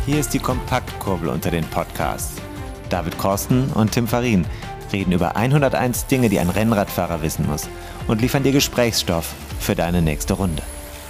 Hier ist die Kompaktkurbel unter den Podcasts. David Korsten und Tim Farin reden über 101 Dinge, die ein Rennradfahrer wissen muss und liefern dir Gesprächsstoff für deine nächste Runde.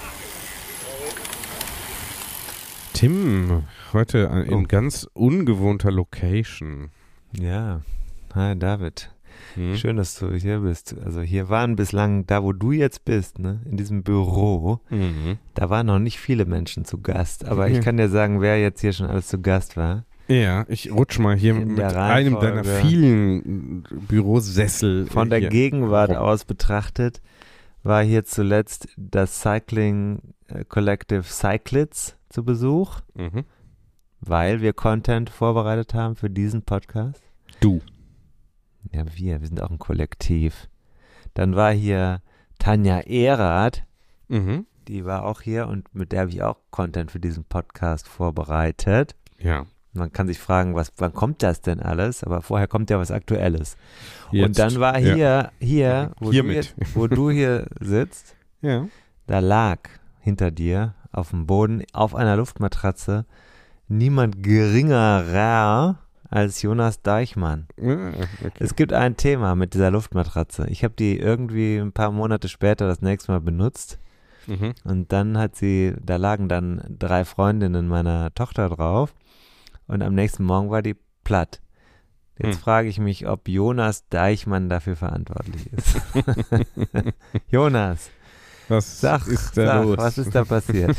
Tim, heute in ganz ungewohnter Location. Ja, hi David. Schön, dass du hier bist. Also hier waren bislang, da wo du jetzt bist, ne, in diesem Büro, da waren noch nicht viele Menschen zu Gast. Aber ich kann dir sagen, wer jetzt hier schon alles zu Gast war. Ja, ich rutsch mal hier mit einem deiner vielen Bürosessel. Von der Gegenwart aus betrachtet war hier zuletzt das Cycling Collective Cyclits zu Besuch, weil wir Content vorbereitet haben für diesen Podcast. Du. Ja, wir sind auch ein Kollektiv. Dann war hier Tanja Erath, die war auch hier und mit der habe ich auch Content für diesen Podcast vorbereitet. Ja. Man kann sich fragen, wann kommt das denn alles? Aber vorher kommt ja was Aktuelles. Jetzt, und dann war hier, wo du hier sitzt, da lag hinter dir auf dem Boden auf einer Luftmatratze niemand geringerer als Jonas Deichmann. Okay. Es gibt ein Thema mit dieser Luftmatratze. Ich habe die irgendwie ein paar Monate später das nächste Mal benutzt. Und dann da lagen dann 3 Freundinnen meiner Tochter drauf und am nächsten Morgen war die platt. Jetzt frage ich mich, ob Jonas Deichmann dafür verantwortlich ist. Jonas, was ist da los? Was ist da passiert?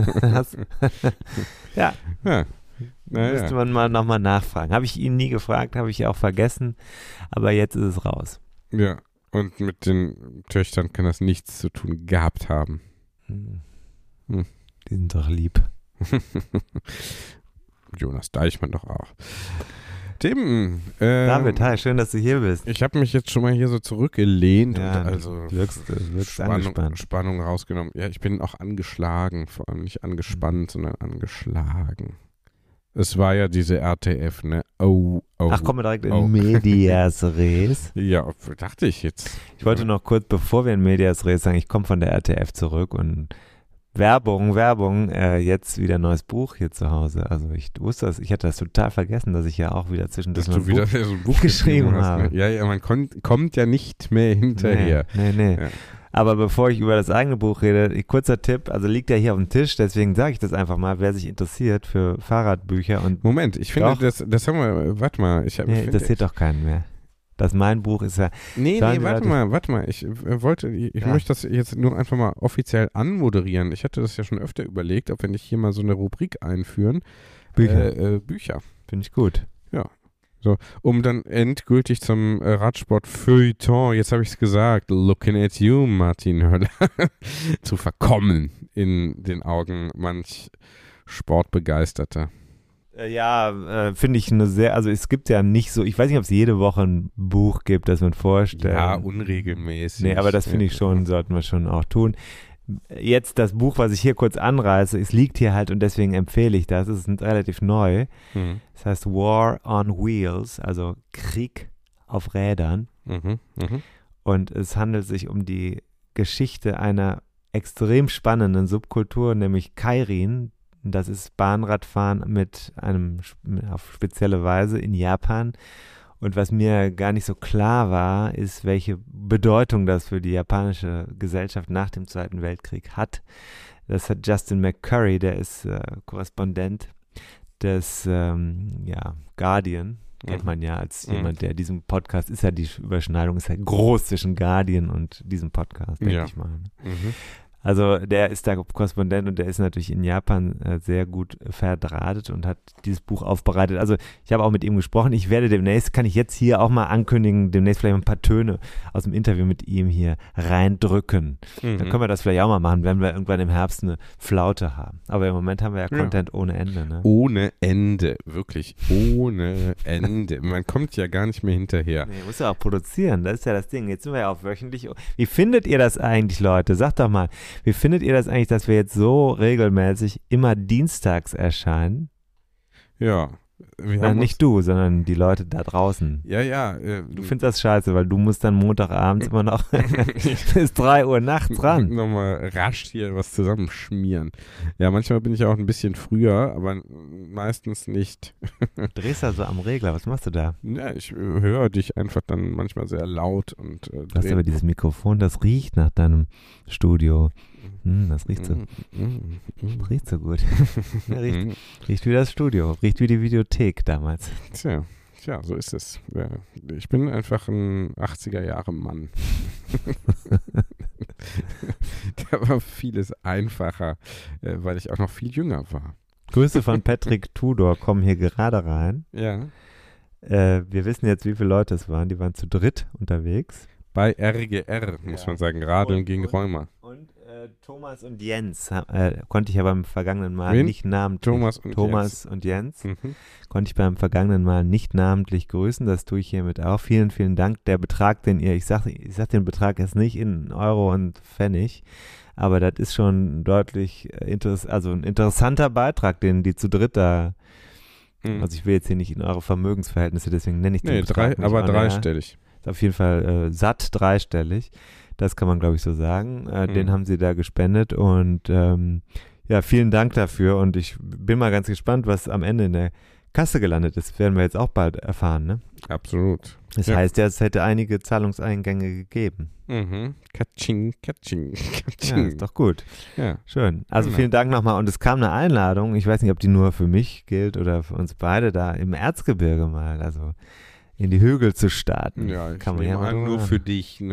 Ja. Müsste man mal nochmal nachfragen. Habe ich ihn nie gefragt, habe ich auch vergessen, aber jetzt ist es raus. Ja, und mit den Töchtern kann das nichts zu tun gehabt haben. Die sind doch lieb. Jonas Deichmann doch auch. Tim. David, hi, schön, dass du hier bist. Ich habe mich jetzt schon mal hier so zurückgelehnt und also wirkst Spannung rausgenommen. Ja, ich bin auch angeschlagen, vor allem nicht angespannt, sondern angeschlagen. Es war ja diese RTF, ne? Ach, kommen wir direkt in Medias Res. Ja, dachte ich jetzt. Ich wollte noch kurz, bevor wir in Medias Res sagen, ich komme von der RTF zurück und Werbung, jetzt wieder ein neues Buch hier zu Hause. Also ich wusste das, ich hatte das total vergessen, dass ich ja auch wieder zwischendurch so ein Buch geschrieben habe. Ne? Ja, man kommt ja nicht mehr hinterher. Nee. Ja. Aber bevor ich über das eigene Buch rede, kurzer Tipp, also liegt ja hier auf dem Tisch, deswegen sage ich das einfach mal, wer sich interessiert für Fahrradbücher. Und Moment, ich finde, das haben wir, warte mal. Interessiert doch keinen mehr. Mein Buch ist ja... Nee, warte mal. Ich möchte das jetzt nur einfach mal offiziell anmoderieren. Ich hatte das ja schon öfter überlegt, ob wir nicht hier mal so eine Rubrik einführen. Bücher. Finde ich gut. Ja. So, um dann endgültig zum Radsport-Feuilleton, jetzt habe ich es gesagt, looking at you, Martin Höller, zu verkommen in den Augen manch Sportbegeisterter. Ja, finde ich also es gibt ja nicht so, ich weiß nicht, ob es jede Woche ein Buch gibt, das man vorstellt. Ja, unregelmäßig. Nee, aber das finde ich schon, sollten wir schon auch tun. Jetzt das Buch, was ich hier kurz anreiße, es liegt hier halt und deswegen empfehle ich das. Es ist relativ neu. Das heißt War on Wheels, also Krieg auf Rädern. Und es handelt sich um die Geschichte einer extrem spannenden Subkultur, nämlich Keirin. Das ist Bahnradfahren auf spezielle Weise in Japan. Und was mir gar nicht so klar war, ist, welche Bedeutung das für die japanische Gesellschaft nach dem Zweiten Weltkrieg hat. Das hat Justin McCurry, der ist Korrespondent des Guardian. Kennt man ja als jemand, der diesem Podcast, ist ja die Überschneidung, ist ja groß zwischen Guardian und diesem Podcast, denke ich mal. Also der ist da Korrespondent und der ist natürlich in Japan sehr gut verdrahtet und hat dieses Buch aufbereitet. Also ich habe auch mit ihm gesprochen. Ich werde demnächst, kann ich jetzt hier auch mal ankündigen, demnächst vielleicht ein paar Töne aus dem Interview mit ihm hier reindrücken. Dann können wir das vielleicht auch mal machen, wenn wir irgendwann im Herbst eine Flaute haben. Aber im Moment haben wir ja Content ohne Ende. Ne? Ohne Ende, wirklich ohne Ende. Man kommt ja gar nicht mehr hinterher. Nee, muss ja auch produzieren, das ist ja das Ding. Jetzt sind wir ja auch wöchentlich. Wie findet ihr das eigentlich, Leute? Sagt doch mal. Wie findet ihr das eigentlich, dass wir jetzt so regelmäßig immer dienstags erscheinen? Ja, Nicht du, sondern die Leute da draußen. Ja. Du findest das scheiße, weil du musst dann Montagabends immer noch bis 3 Uhr nachts ran. Nochmal rasch hier was zusammenschmieren. Ja, manchmal bin ich auch ein bisschen früher, aber meistens nicht. Drehst da so am Regler, was machst du da? Ja, ich höre dich einfach dann manchmal sehr laut und du hast aber dieses Mikrofon, das riecht nach deinem Studio. Das riecht so. Riecht so gut. Riecht wie das Studio. Riecht wie die Videothek damals. Tja, so ist es. Ja, ich bin einfach ein 80er-Jahre-Mann. Da war vieles einfacher, weil ich auch noch viel jünger war. Grüße von Patrick Tudor kommen hier gerade rein. Ja. Wir wissen jetzt, wie viele Leute es waren. Die waren zu dritt unterwegs. Bei RGR, muss man sagen, Radeln gegen Rheuma. Und Thomas und Jens konnte ich ja beim vergangenen Mal nicht namentlich. Thomas und Jens konnte ich beim vergangenen Mal nicht namentlich grüßen. Das tue ich hiermit auch. Vielen, vielen Dank. Der Betrag, den ich sag den Betrag jetzt nicht in Euro und Pfennig, aber das ist schon deutlich ein interessanter Beitrag, den die zu dritt da. Also ich will jetzt hier nicht in eure Vermögensverhältnisse, deswegen nenne ich den Betrag nicht. Aber dreistellig. Ist auf jeden Fall satt dreistellig. Das kann man, glaube ich, so sagen. Den haben sie da gespendet und vielen Dank dafür und ich bin mal ganz gespannt, was am Ende in der Kasse gelandet ist. Werden wir jetzt auch bald erfahren, ne? Absolut. Das heißt ja, es hätte einige Zahlungseingänge gegeben. Katsching, katsching, katsching. Ja, ist doch gut. Ja. Schön. Also vielen Dank nochmal und es kam eine Einladung, ich weiß nicht, ob die nur für mich gilt oder für uns beide, da im Erzgebirge mal, also in die Hügel zu starten. Ja, ich nehme an, nur für dich.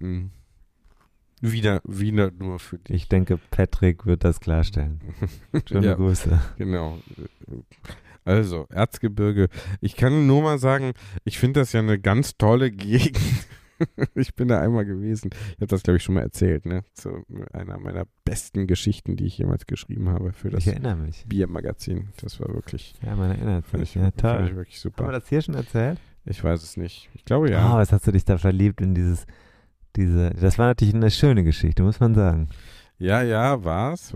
Wieder nur für dich. Ich denke, Patrick wird das klarstellen. Schöne Grüße. Genau. Also, Erzgebirge. Ich kann nur mal sagen, ich finde das ja eine ganz tolle Gegend. Ich bin da einmal gewesen. Ich habe das, glaube ich, schon mal erzählt, ne? Zu einer meiner besten Geschichten, die ich jemals geschrieben habe für das Biermagazin. Das war wirklich. Ja, man erinnert sich. Fand ich wirklich super. Haben wir das hier schon erzählt? Ich weiß es nicht. Ich glaube ja. Was hast du dich da verliebt in das war natürlich eine schöne Geschichte, muss man sagen. Ja, war's.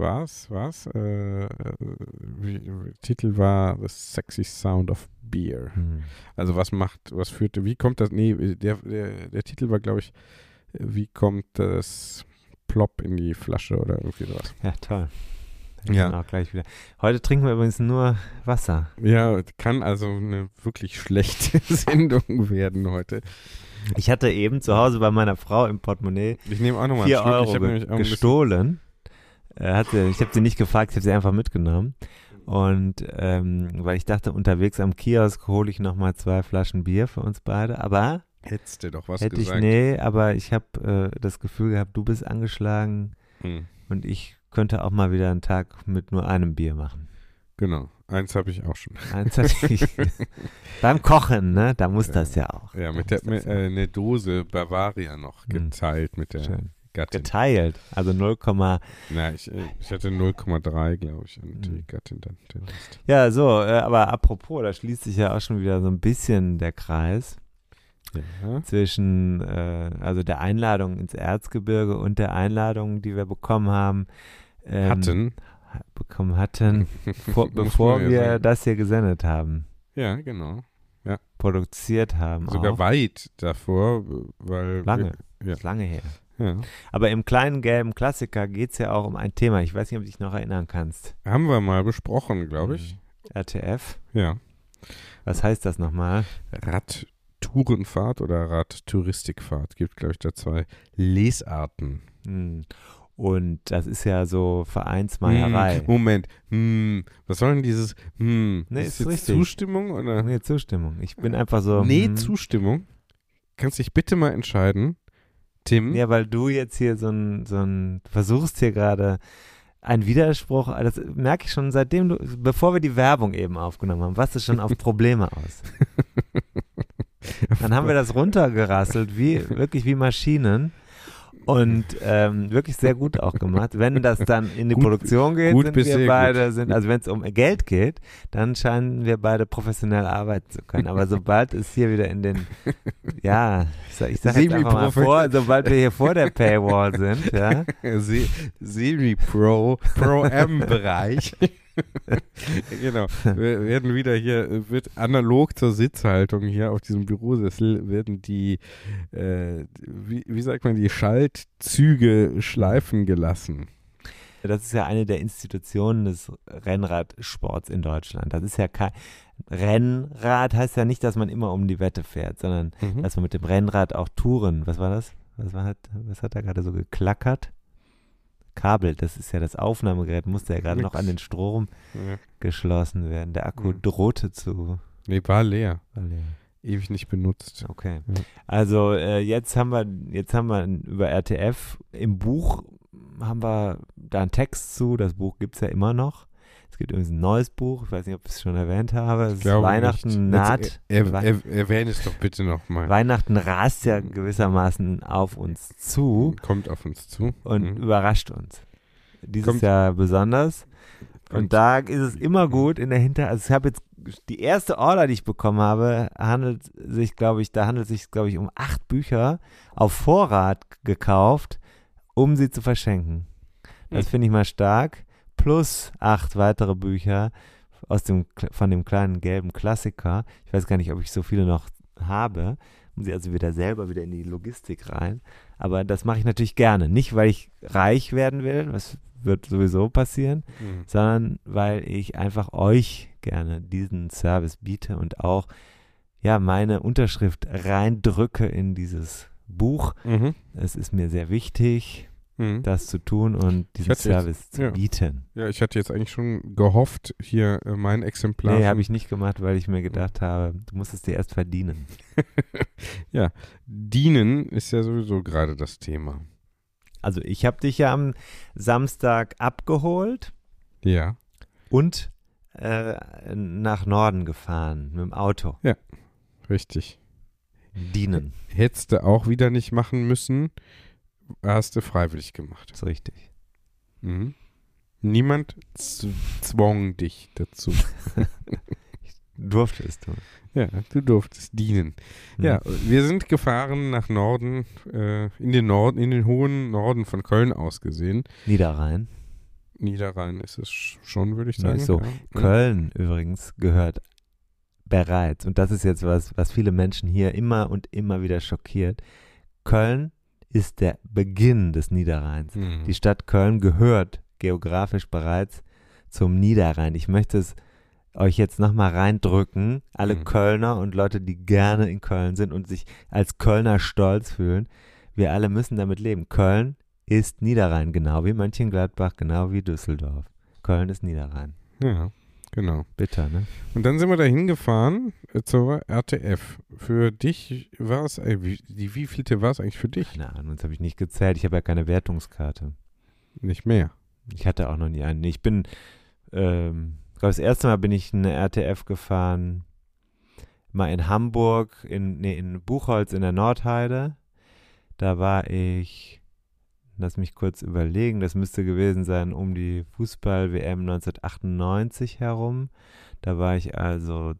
Titel war The Sexy Sound of Beer. Also wie kommt das, der Titel war, glaube ich, wie kommt das Plop in die Flasche oder irgendwie sowas. Ja, toll. Ja. Auch gleich wieder. Heute trinken wir übrigens nur Wasser. Ja, kann also eine wirklich schlechte Sendung werden heute. Ich hatte eben zu Hause bei meiner Frau im Portemonnaie ich nehme auch noch mal 4 Euro gestohlen. Ich habe sie nicht gefragt, ich habe sie einfach mitgenommen. Und weil ich dachte, unterwegs am Kiosk hole ich nochmal 2 Flaschen Bier für uns beide. Aber hättest du doch was gesagt. Aber ich habe das Gefühl gehabt, du bist angeschlagen und ich könnte auch mal wieder einen Tag mit nur einem Bier machen. Genau, eins habe ich auch schon. Eins hatte ich. Beim Kochen, ne? Da muss das ja auch. Ja, mit eine Dose Bavaria noch geteilt mit der Gattin. Geteilt, also 0, ich hatte 0,3, glaube ich, und die Gattin dann den Rest. Ja, so, aber apropos, da schließt sich ja auch schon wieder so ein bisschen der Kreis zwischen also der Einladung ins Erzgebirge und der Einladung, die wir bekommen haben. Bevor wir das hier gesendet haben. Ja, genau. Ja. Produziert haben. Sogar weit davor, weil. Ist lange her. Ja. Aber im kleinen gelben Klassiker geht es ja auch um ein Thema. Ich weiß nicht, ob du dich noch erinnern kannst. Haben wir mal besprochen, glaube ich. RTF. Ja. Was heißt das nochmal? Radtourenfahrt oder Radtouristikfahrt. Gibt, glaube ich, da 2 Lesarten. Und das ist ja so Vereinsmeierei. Moment. Was soll denn dieses Nee, ist jetzt richtig. Zustimmung? Oder? Nee, Zustimmung. Ich bin einfach so. Zustimmung? Kannst dich bitte mal entscheiden, Tim? Ja, weil du jetzt hier versuchst hier gerade einen Widerspruch, das merke ich schon bevor wir die Werbung eben aufgenommen haben, was ist schon auf Probleme aus. Dann haben wir das runtergerasselt, wirklich wie Maschinen. Und wirklich sehr gut auch gemacht. Wenn das dann in die Produktion geht, also wenn es um Geld geht, dann scheinen wir beide professionell arbeiten zu können. Aber sobald es hier wieder in den, ich sag jetzt einfach mal sobald wir hier vor der Paywall sind, Semi-Pro, Pro-M-Bereich. Genau. Wir werden wieder hier, wird analog zur Sitzhaltung hier auf diesem Bürosessel, werden die, wie sagt man, die Schaltzüge schleifen gelassen. Das ist ja eine der Institutionen des Rennradsports in Deutschland. Das ist ja kein Rennrad, heißt ja nicht, dass man immer um die Wette fährt, sondern dass man mit dem Rennrad auch Touren. Was war das? Was hat da gerade so geklackert? Kabel, das ist ja das Aufnahmegerät, musste ja gerade noch an den Strom geschlossen werden. Der Akku drohte zu. Nee, war leer. Ewig nicht benutzt. Okay. Ja. Also jetzt haben wir über RTF im Buch haben wir da einen Text zu. Das Buch gibt es ja immer noch. Es gibt übrigens ein neues Buch. Ich weiß nicht, ob ich es schon erwähnt habe. Es ist Weihnachten naht. Erwähne es doch bitte nochmal. Weihnachten rast ja gewissermaßen auf uns zu. Kommt auf uns zu. Und überrascht uns. Dieses Jahr besonders. Und da ist es immer gut in der also ich habe jetzt die erste Order, die ich bekommen habe, handelt sich, glaube ich, um 8 Bücher auf Vorrat gekauft, um sie zu verschenken. Das finde ich mal stark. Plus 8 weitere Bücher von dem kleinen gelben Klassiker. Ich weiß gar nicht, ob ich so viele noch habe. Muss ich also wieder in die Logistik rein. Aber das mache ich natürlich gerne. Nicht, weil ich reich werden will, das wird sowieso passieren, sondern weil ich einfach euch gerne diesen Service biete und auch meine Unterschrift reindrücke in dieses Buch. Es ist mir sehr wichtig, das zu tun und diesen Service zu bieten. Ja, ich hatte jetzt eigentlich schon gehofft, hier mein Exemplar. Nee, habe ich nicht gemacht, weil ich mir gedacht habe, du musst es dir erst verdienen. Ja, dienen ist ja sowieso gerade das Thema. Also ich habe dich ja am Samstag abgeholt. Ja. Und nach Norden gefahren mit dem Auto. Ja, richtig. Dienen. Hättest du auch wieder nicht machen müssen, hast du freiwillig gemacht. Das ist richtig. Niemand zwang dich dazu. Ich durfte es tun. Ja, du durftest dienen. Ja, wir sind gefahren nach Norden, in den hohen Norden von Köln aus gesehen. Niederrhein ist es schon, würde ich sagen. So. Ja. Köln übrigens gehört bereits, und das ist jetzt was viele Menschen hier immer und immer wieder schockiert, Köln ist der Beginn des Niederrheins. Die Stadt Köln gehört geografisch bereits zum Niederrhein. Ich möchte es euch jetzt nochmal reindrücken, alle Kölner und Leute, die gerne in Köln sind und sich als Kölner stolz fühlen. Wir alle müssen damit leben. Köln ist Niederrhein, genau wie Mönchengladbach, genau wie Düsseldorf. Köln ist Niederrhein. Ja, genau. Bitter, ne? Und dann sind wir da hingefahren zur RTF. Für dich war es, wie vielte war es eigentlich für dich? Keine Ahnung, das habe ich nicht gezählt. Ich habe ja keine Wertungskarte. Nicht mehr? Ich hatte auch noch nie eine. Ich bin, das erste Mal bin ich eine RTF gefahren, mal in Hamburg, in Buchholz in der Nordheide. Da war ich, lass mich kurz überlegen, das müsste gewesen sein um die Fußball-WM 1998 herum. Da war ich also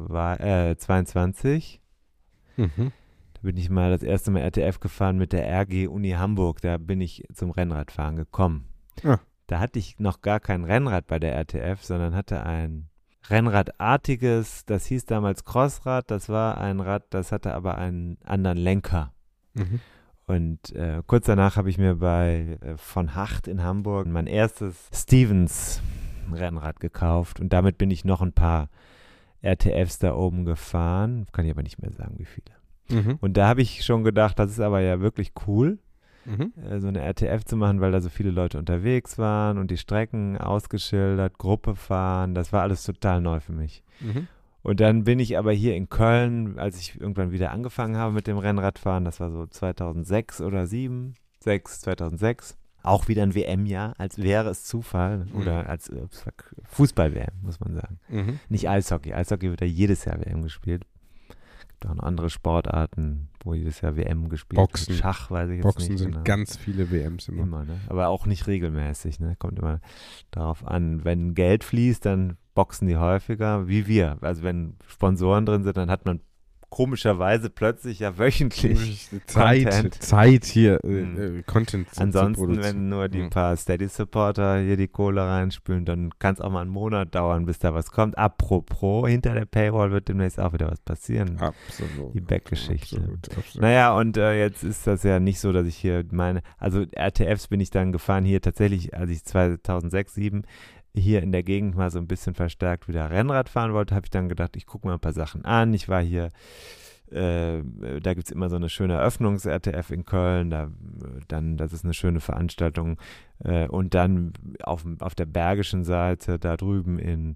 22. Da bin ich mal das erste Mal RTF gefahren mit der RG Uni Hamburg. Da bin ich zum Rennradfahren gekommen. Ja. Da hatte ich noch gar kein Rennrad bei der RTF, sondern hatte ein Rennradartiges, das hieß damals Crossrad. Das war ein Rad, das hatte aber einen anderen Lenker. Und kurz danach habe ich mir bei von Hacht in Hamburg mein erstes Stevens Rennrad gekauft und damit bin ich noch ein paar RTFs da oben gefahren. Kann ich aber nicht mehr sagen, wie viele. Und da habe ich schon gedacht, das ist aber ja wirklich cool, so eine RTF zu machen, weil da so viele Leute unterwegs waren und die Strecken ausgeschildert, Gruppe fahren, das war alles total neu für mich. Und dann bin ich aber hier in Köln, als ich irgendwann wieder angefangen habe mit dem Rennradfahren, das war so 2006 oder 2006, auch wieder ein WM-Jahr, als wäre es Zufall oder als Fußball-WM, muss man sagen. Nicht Eishockey. Eishockey wird ja jedes Jahr WM gespielt. Gibt auch noch andere Sportarten, wo jedes Jahr WM gespielt Boxen. wird. Schach weiß ich jetzt Boxen nicht. sind genau. ganz viele WMs immer. Ne? Aber auch nicht regelmäßig. Ne? Kommt immer darauf an. Wenn Geld fließt, dann boxen die häufiger, wie wir. Also wenn Sponsoren drin sind, dann hat man komischerweise plötzlich ja wöchentlich Zeit hier, Content zu Ansonsten, produzieren. wenn nur die paar Steady-Supporter hier die Kohle reinspülen, dann kann es auch mal einen Monat dauern, bis da was kommt. Apropos, hinter der Paywall wird demnächst auch wieder was passieren. Absolut. Die Backgeschichte. Absolut. Naja, und jetzt ist das ja nicht so, dass ich hier also RTFs bin ich dann gefahren hier tatsächlich, als ich 2006, 2007 hier in der Gegend mal so ein bisschen verstärkt wieder Rennrad fahren wollte, habe ich dann gedacht, ich gucke mal ein paar Sachen an. Ich war hier, da gibt es immer so eine schöne Eröffnungs-RTF in Köln, das ist eine schöne Veranstaltung. Und dann auf der bergischen Seite, da drüben in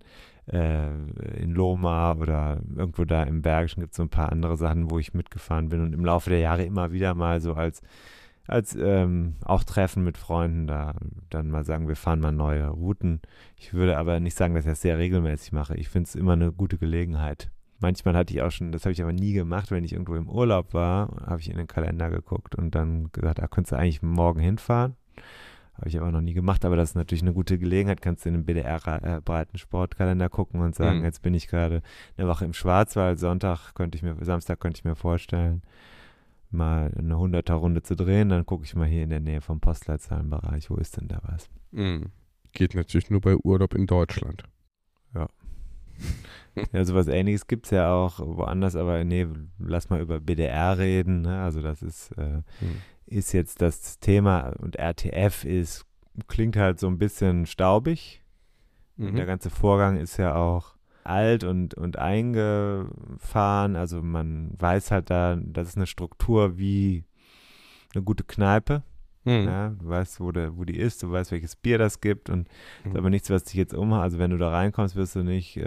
Lohmar oder irgendwo da im Bergischen gibt es so ein paar andere Sachen, wo ich mitgefahren bin und im Laufe der Jahre immer wieder mal so als auch Treffen mit Freunden, da dann mal sagen, wir fahren mal neue Routen. Ich würde aber nicht sagen, dass ich das sehr regelmäßig mache. Ich finde es immer eine gute Gelegenheit. Manchmal hatte ich auch schon, das habe ich aber nie gemacht, wenn ich irgendwo im Urlaub war, habe ich in den Kalender geguckt und dann gesagt, könntest du eigentlich morgen hinfahren. Habe ich aber noch nie gemacht, aber das ist natürlich eine gute Gelegenheit. Kannst du in den BDR-breiten Sportkalender gucken und sagen, jetzt bin ich gerade eine Woche im Schwarzwald, Samstag könnte ich mir vorstellen, mal eine 100er-Runde zu drehen, dann gucke ich mal hier in der Nähe vom Postleitzahlenbereich, wo ist denn da was? Geht natürlich nur bei Urlaub in Deutschland. Ja. Ja, sowas Ähnliches gibt es ja auch woanders, aber nee, lass mal über BDR reden, ne? Also das ist jetzt das Thema und RTF klingt halt so ein bisschen staubig. Der ganze Vorgang ist ja auch alt und eingefahren, also man weiß halt da, das ist eine Struktur wie eine gute Kneipe. Ja, du weißt, wo die ist, du weißt, welches Bier das gibt und das ist aber nichts, was dich jetzt umhaut. Also wenn du da reinkommst, wirst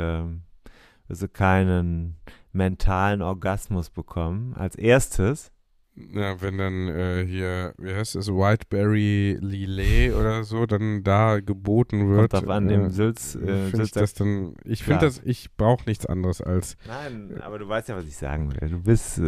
du keinen mentalen Orgasmus bekommen. Als erstes. Ja, wenn dann hier, wie heißt es, Whiteberry Lillet oder so, dann da geboten wird. Kommt drauf an, dem Sülz. Ich finde ich brauche nichts anderes als. Nein, aber du weißt ja, was ich sagen will. Du bist,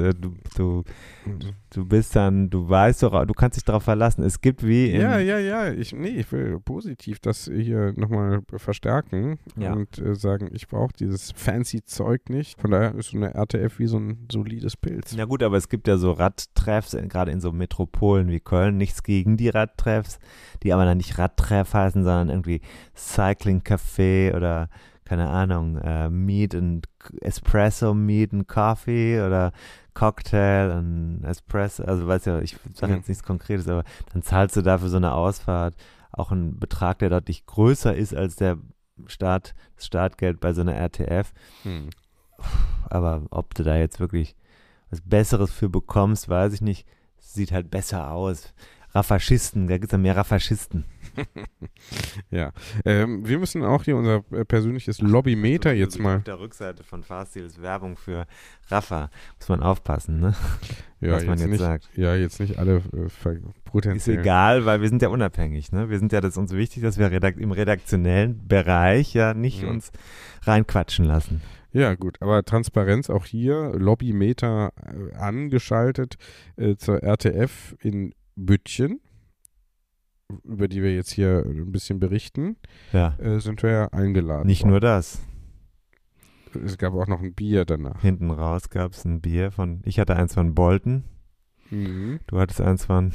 du bist dann, du weißt doch, du kannst dich darauf verlassen. Es gibt wie. Ich will positiv das hier nochmal verstärken und sagen, ich brauche dieses fancy Zeug nicht. Von daher ist so eine RTF wie so ein solides Pilz. Ja gut, aber es gibt ja so Radtreffs, gerade in so Metropolen wie Köln, nichts gegen die Radtreffs, die aber dann nicht Radtreff heißen, sondern irgendwie Cycling Café oder keine Ahnung, Meet and Espresso, Meet and Coffee oder Cocktail und Espresso, also weißt du, ich sage jetzt nichts Konkretes, aber dann zahlst du dafür so eine Ausfahrt auch einen Betrag, der deutlich größer ist als das Startgeld bei so einer RTF. Aber ob du da jetzt wirklich was Besseres für bekommst, weiß ich nicht. Sieht halt besser aus. Raffaschisten, da gibt es ja mehr Raffaschisten. Ja, wir müssen auch hier unser persönliches Lobbymeter jetzt mal. Auf der Rückseite von Fahrstil ist Werbung für Raffa. Muss man aufpassen, ne? Ja, was man jetzt sagt. Ja, jetzt nicht alle potenziell. Ist egal, weil wir sind ja unabhängig, ne? Das ist uns wichtig, dass wir im redaktionellen Bereich ja nicht uns reinquatschen lassen. Ja, gut, aber Transparenz auch hier, Lobbymeter angeschaltet zur RTF in Büttchen, über die wir jetzt hier ein bisschen berichten, sind wir ja eingeladen. Nicht nur das. Es gab auch noch ein Bier danach. Hinten raus gab es ein Bier ich hatte eins von Bolton, du hattest eins von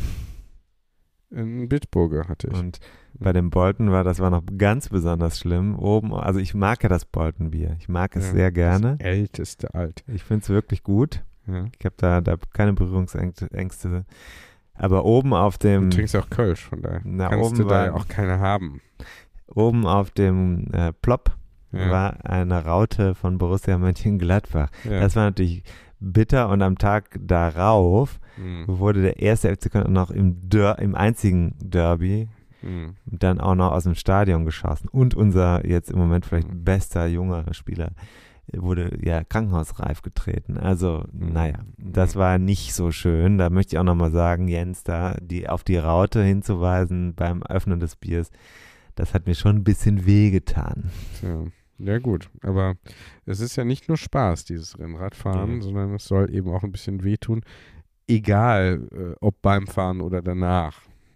ein Bitburger hatte ich. Und bei dem Bolton war noch ganz besonders schlimm. Oben, also ich mag ja das Bolton-Bier. Ich mag es sehr gerne. Das älteste alt. Ich finde es wirklich gut. Ja. Ich habe da keine Berührungsängste. Aber oben auf dem... Du trinkst auch Kölsch, von daher kannst du da ja auch keine haben. Oben auf dem Plop war eine Raute von Borussia Mönchengladbach. Ja. Das war natürlich bitter und am Tag darauf wurde der erste FC Köln noch im einzigen Derby dann auch noch aus dem Stadion geschossen. Und unser jetzt im Moment vielleicht bester junger Spieler wurde krankenhausreif getreten. Also, das war nicht so schön. Da möchte ich auch nochmal sagen, Jens, auf die Raute hinzuweisen beim Öffnen des Biers, das hat mir schon ein bisschen wehgetan. Ja gut, aber es ist ja nicht nur Spaß, dieses Rennradfahren, sondern es soll eben auch ein bisschen wehtun, egal ob beim Fahren oder danach.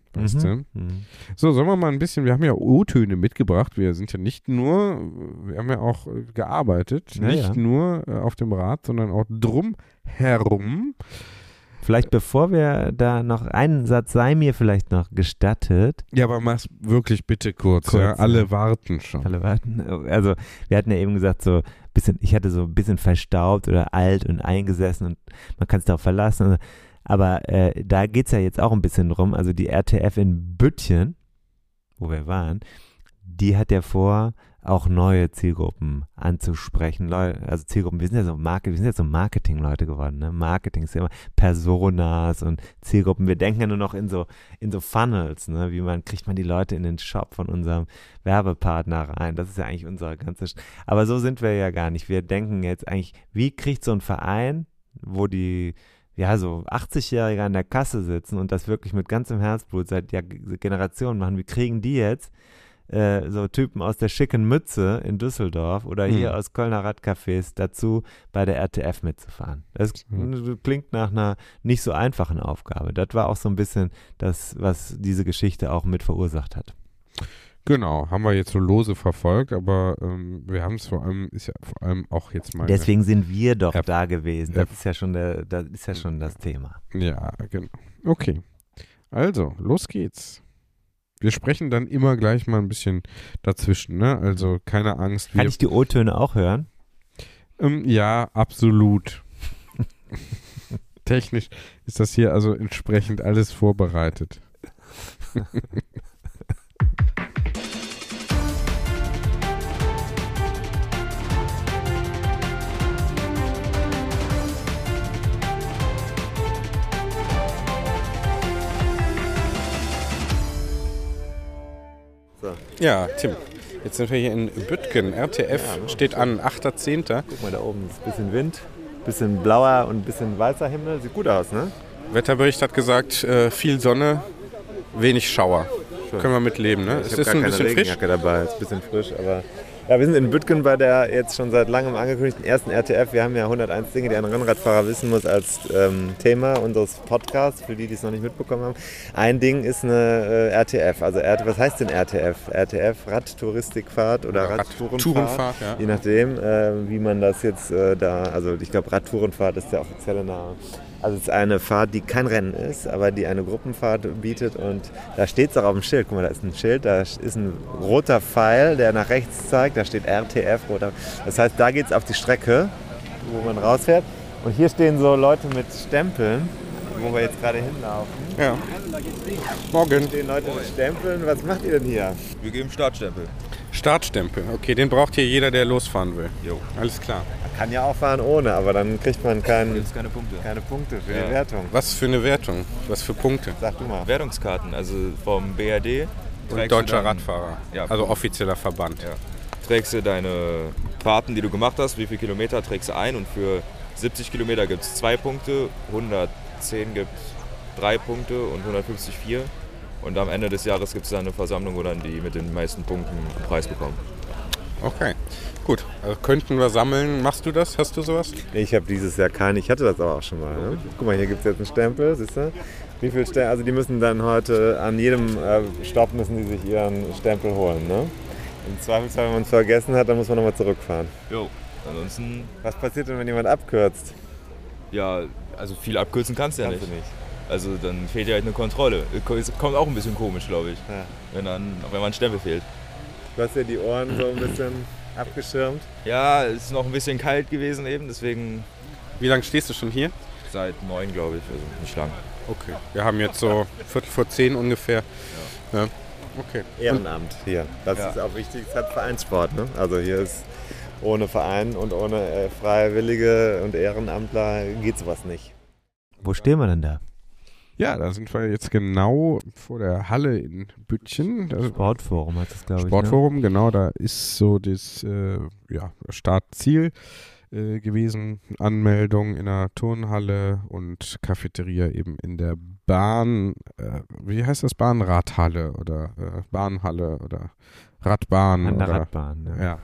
Weißt du? So, sollen wir mal ein bisschen, wir haben ja O-Töne mitgebracht, wir haben ja auch gearbeitet, nicht nur auf dem Rad, sondern auch drumherum. Vielleicht bevor wir da noch einen Satz sei mir vielleicht noch gestattet. Ja, aber mach's wirklich bitte kurz ja? Alle warten schon. Alle warten. Also wir hatten ja eben gesagt, ich hatte so ein bisschen verstaubt oder alt und eingesessen und man kann es darauf verlassen. Aber da geht es ja jetzt auch ein bisschen drum. Also die RTF in Büttchen, wo wir waren, die hat ja vor, auch neue Zielgruppen anzusprechen. Also Zielgruppen, wir sind jetzt so Marketing-Leute geworden. Ne? Marketing ist ja immer Personas und Zielgruppen. Wir denken ja nur noch in so Funnels. Ne? Kriegt man die Leute in den Shop von unserem Werbepartner rein? Das ist ja eigentlich aber so sind wir ja gar nicht. Wir denken jetzt eigentlich, wie kriegt so ein Verein, wo die so 80-Jährige an der Kasse sitzen und das wirklich mit ganzem Herzblut seit Generationen machen, wie kriegen die jetzt so Typen aus der schicken Mütze in Düsseldorf oder hier aus Kölner Radcafés dazu, bei der RTF mitzufahren? Das klingt nach einer nicht so einfachen Aufgabe. Das war auch so ein bisschen das, was diese Geschichte auch mit verursacht hat. Genau, haben wir jetzt so lose verfolgt, aber wir haben es vor allem auch jetzt mal. Deswegen sind wir doch da gewesen. Das ist ja schon das Thema. Ja, genau. Okay. Also, los geht's. Wir sprechen dann immer gleich mal ein bisschen dazwischen, ne? Also keine Angst. Kann ich die O-Töne auch hören? Ja, absolut. Technisch ist das hier also entsprechend alles vorbereitet. So. Ja, Tim, jetzt sind wir hier in Büttgen. RTF steht an, 8.10. Guck mal, da oben ist ein bisschen Wind, ein bisschen blauer und ein bisschen weißer Himmel. Sieht gut aus, ne? Wetterbericht hat gesagt, viel Sonne, wenig Schauer. Schön. Können wir mitleben, ne? Es ist ein bisschen Regenjacke frisch dabei, ist ein bisschen frisch, aber ja, wir sind in Büttgen bei der jetzt schon seit langem angekündigten ersten RTF. Wir haben ja 101 Dinge, die ein Rennradfahrer wissen muss als Thema unseres Podcasts, für die es noch nicht mitbekommen haben. Ein Ding ist eine RTF. Also was heißt denn RTF? RTF, Radtouristikfahrt oder Radtourenfahrt, ja. Je nachdem, wie man das jetzt also ich glaube Radtourenfahrt ist der offizielle Name. Also es ist eine Fahrt, die kein Rennen ist, aber die eine Gruppenfahrt bietet und da steht es auch auf dem Schild. Guck mal, da ist ein Schild, da ist ein roter Pfeil, der nach rechts zeigt, da steht RTF. Das heißt, da geht es auf die Strecke, wo man rausfährt. Und hier stehen so Leute mit Stempeln, wo wir jetzt gerade hinlaufen. Ja. Morgen. Hier stehen Leute mit Stempeln. Was macht ihr denn hier? Wir geben Startstempel. Startstempel, okay, den braucht hier jeder, der losfahren will. Jo. Alles klar. Man kann ja auch fahren ohne, aber dann kriegt man keine Punkte für die Wertung. Was für eine Wertung? Was für Punkte? Sag du mal. Wertungskarten, also vom BRD. Und Deutscher Radfahrer, also offizieller Verband. Ja. Trägst du deine Fahrten, die du gemacht hast, wie viele Kilometer trägst du ein und für 70 Kilometer gibt es 2 Punkte, 110 gibt es 3 Punkte und 150 4. Und am Ende des Jahres gibt es dann eine Versammlung, wo dann die mit den meisten Punkten einen Preis bekommen. Okay, gut. Also könnten wir sammeln. Machst du das? Hast du sowas? Ich habe dieses Jahr keinen. Ich hatte das aber auch schon mal. Ne? Guck mal, hier gibt es jetzt einen Stempel, siehst du? Wie viel Stempel? Also die müssen dann heute an jedem Stopp müssen die sich ihren Stempel holen. Ne? Im Zweifelsfall, wenn man es vergessen hat, dann muss man nochmal zurückfahren. Jo, ansonsten... Was passiert denn, wenn jemand abkürzt? Ja, also viel abkürzen kannst du ja nicht. Also dann fehlt ja halt eine Kontrolle. Kommt auch ein bisschen komisch, glaube ich, wenn man einen Stempel fehlt. Du hast ja die Ohren so ein bisschen abgeschirmt. Ja, es ist noch ein bisschen kalt gewesen eben, deswegen... Wie lange stehst du schon hier? Seit 9, glaube ich, also nicht lang. Okay, wir haben jetzt so 9:45 ungefähr. Ja. Okay. Ehrenamt hier, das ist auch wichtig, es hat Vereinssport. Ne? Also hier ist ohne Verein und ohne Freiwillige und Ehrenamtler geht sowas nicht. Wo stehen wir denn da? Ja, da sind wir jetzt genau vor der Halle in Büttchen. Sportforum heißt das, glaube ich. Sportforum, ne? Genau, da ist so das Startziel gewesen. Anmeldung in der Turnhalle und Cafeteria eben in der Bahn, wie heißt das? Bahnradhalle oder Bahnhalle oder Radbahn. An der Radbahn, ja.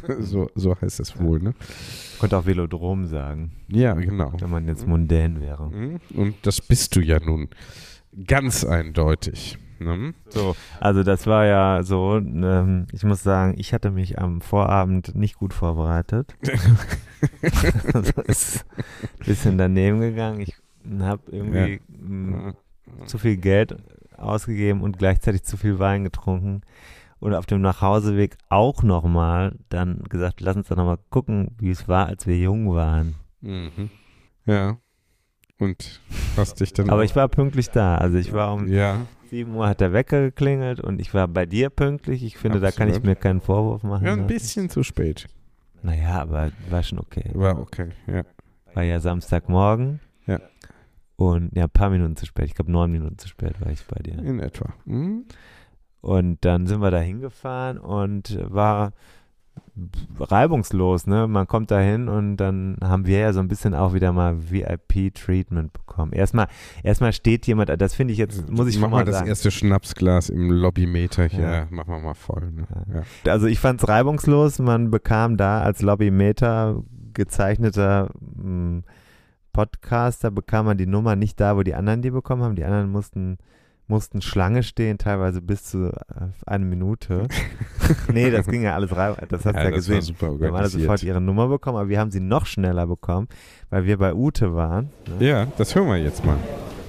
so heißt das wohl, ne? Könnte auch Velodrom sagen. Ja, genau. Wenn man jetzt mundän wäre. Und das bist du ja nun. ganz eindeutig. Ne? So, also das war ja so, ich muss sagen, ich hatte mich am Vorabend nicht gut vorbereitet. Also ist ein bisschen daneben gegangen. Ich habe irgendwie zu viel Geld ausgegeben und gleichzeitig zu viel Wein getrunken. Und auf dem Nachhauseweg auch nochmal dann gesagt, lass uns doch nochmal gucken, wie es war, als wir jung waren. Mhm. Ja. Und hast dich dann... Aber ich war pünktlich da. Also ich war um Ja. 7 Uhr hat der Wecker geklingelt und ich war bei dir pünktlich. Ich finde, da kann ich mir keinen Vorwurf machen. Ja, ein bisschen zu spät. Naja, aber war schon okay. War okay, ja. War ja Samstagmorgen. Ja. Und ja, ein paar Minuten zu spät. Ich glaube, 9 Minuten zu spät war ich bei dir. In etwa. Mhm. Und dann sind wir da hingefahren und war reibungslos, ne? Man kommt da hin und dann haben wir ja so ein bisschen auch wieder mal VIP-Treatment bekommen. Erstmal steht jemand, das finde ich jetzt, muss ich schon mal sagen. Mach mal das erste Schnapsglas im Lobbymeter hier, ja. Machen wir mal voll. Ne? Ja. Also ich fand es reibungslos, man bekam da als Lobbymeter gezeichneter Podcaster, bekam man die Nummer nicht da, wo die anderen die bekommen haben. Die anderen mussten Schlange stehen, teilweise bis zu 1 Minute. Nee, das ging ja alles rein. Das hast du ja gesehen. Wir haben alle sofort ihre Nummer bekommen, aber wir haben sie noch schneller bekommen, weil wir bei Ute waren. Ne? Ja, das hören wir jetzt mal.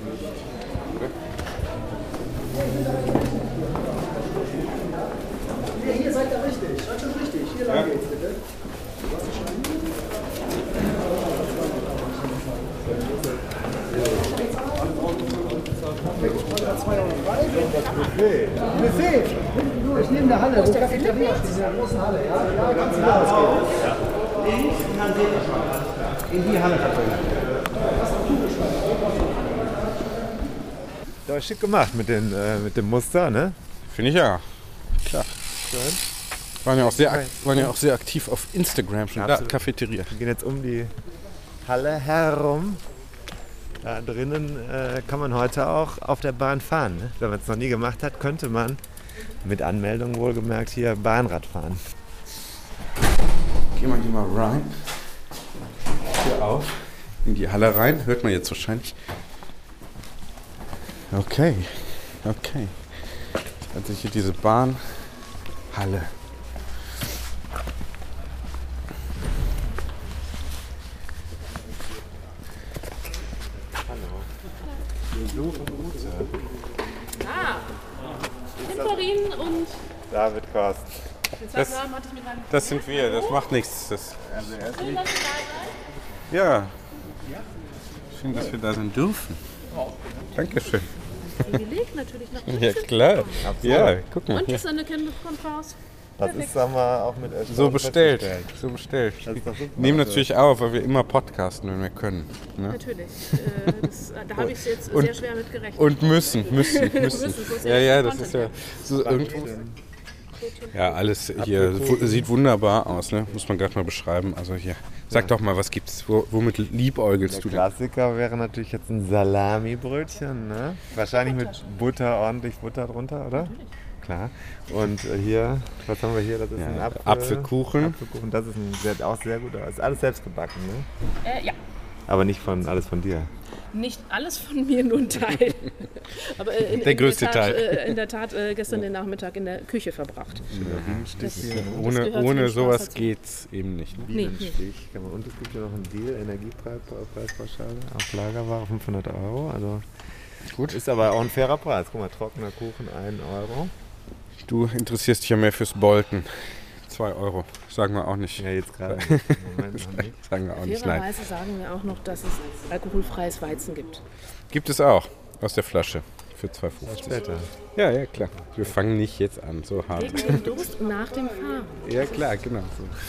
Ja, hier seid ihr richtig. Seid schon richtig. Hier lang geht's bitte. Buffet. Du, ich nehme der Halle. Wo Cafeteria steht, in der großen Halle. Ja, kannst du da ausgehen. In die Halle verbringen. Da schick gemacht mit dem Muster, ne? Finde ich ja. Klar. Schön. Waren ja auch sehr aktiv auf Instagram schon. Da, Cafeteria. Wir gehen jetzt um die Halle herum. Da drinnen kann man heute auch auf der Bahn fahren. Ne? Wenn man es noch nie gemacht hat, könnte man mit Anmeldung wohlgemerkt hier Bahnrad fahren. Gehen wir hier mal rein. Hier auf. In die Halle rein. Hört man jetzt wahrscheinlich. Okay. Also hier diese Bahnhalle. Temporin und David Korsten. den zweiten Namen hatte ich mit meinem... Das sind wir, das macht nichts. Schön, dass Sie da seid. Ja. Schön, dass wir da sein dürfen. Dankeschön. Privileg natürlich noch. Ja, klar. Ja, guck mal. Und Hier. ist eine Kenntnis von Paus. Das ist, sagen wir, auch mit So bestellt. So bestellt. Das ist doch super. Nehmen natürlich auf, weil wir immer podcasten, wenn wir können. Ne? Natürlich. Da habe ich jetzt sehr schwer mit gerechnet. Und müssen. so sehr Ja, das Content, ist ja so irgendwo. Ja, alles hier sieht wunderbar aus, ne? Muss man gerade mal beschreiben. Also hier, sag doch mal, was gibt's? Womit liebäugelst du Der denn? Klassiker wäre natürlich jetzt ein Salami-Brötchen, ne? Wahrscheinlich mit Butter, ordentlich Butter drunter, oder? Natürlich. Klar. Und hier, was haben wir hier? Das ist ein Apfelkuchen. Apfelkuchen, das ist auch sehr gut. Das ist alles selbst gebacken, ne? Ja. Aber nicht alles von dir. Nicht alles von mir, nur ein Teil. Aber Der größte Teil. In der Tat gestern den Nachmittag in der Küche verbracht. Ohne sowas geht's eben nicht. Nee. Und es gibt ja noch einen Deal, Energiepreispauschale auf Lagerware, 500 €. Also gut. Ist aber auch ein fairer Preis. Guck mal, trockener Kuchen, 1 €. Du interessierst dich ja mehr fürs Bolten. 2 €. Sagen wir auch nicht. Ja, jetzt gerade im Moment noch nicht. Sagen wir auch nicht, nein. Fairerweise sagen wir auch noch, dass es alkoholfreies Weizen gibt. Gibt es auch. Aus der Flasche. Für 2,50. Später. Ja, klar. Wir fangen nicht jetzt an, so hart. Gegen den Durst nach dem Fahren. Ja, klar, genau.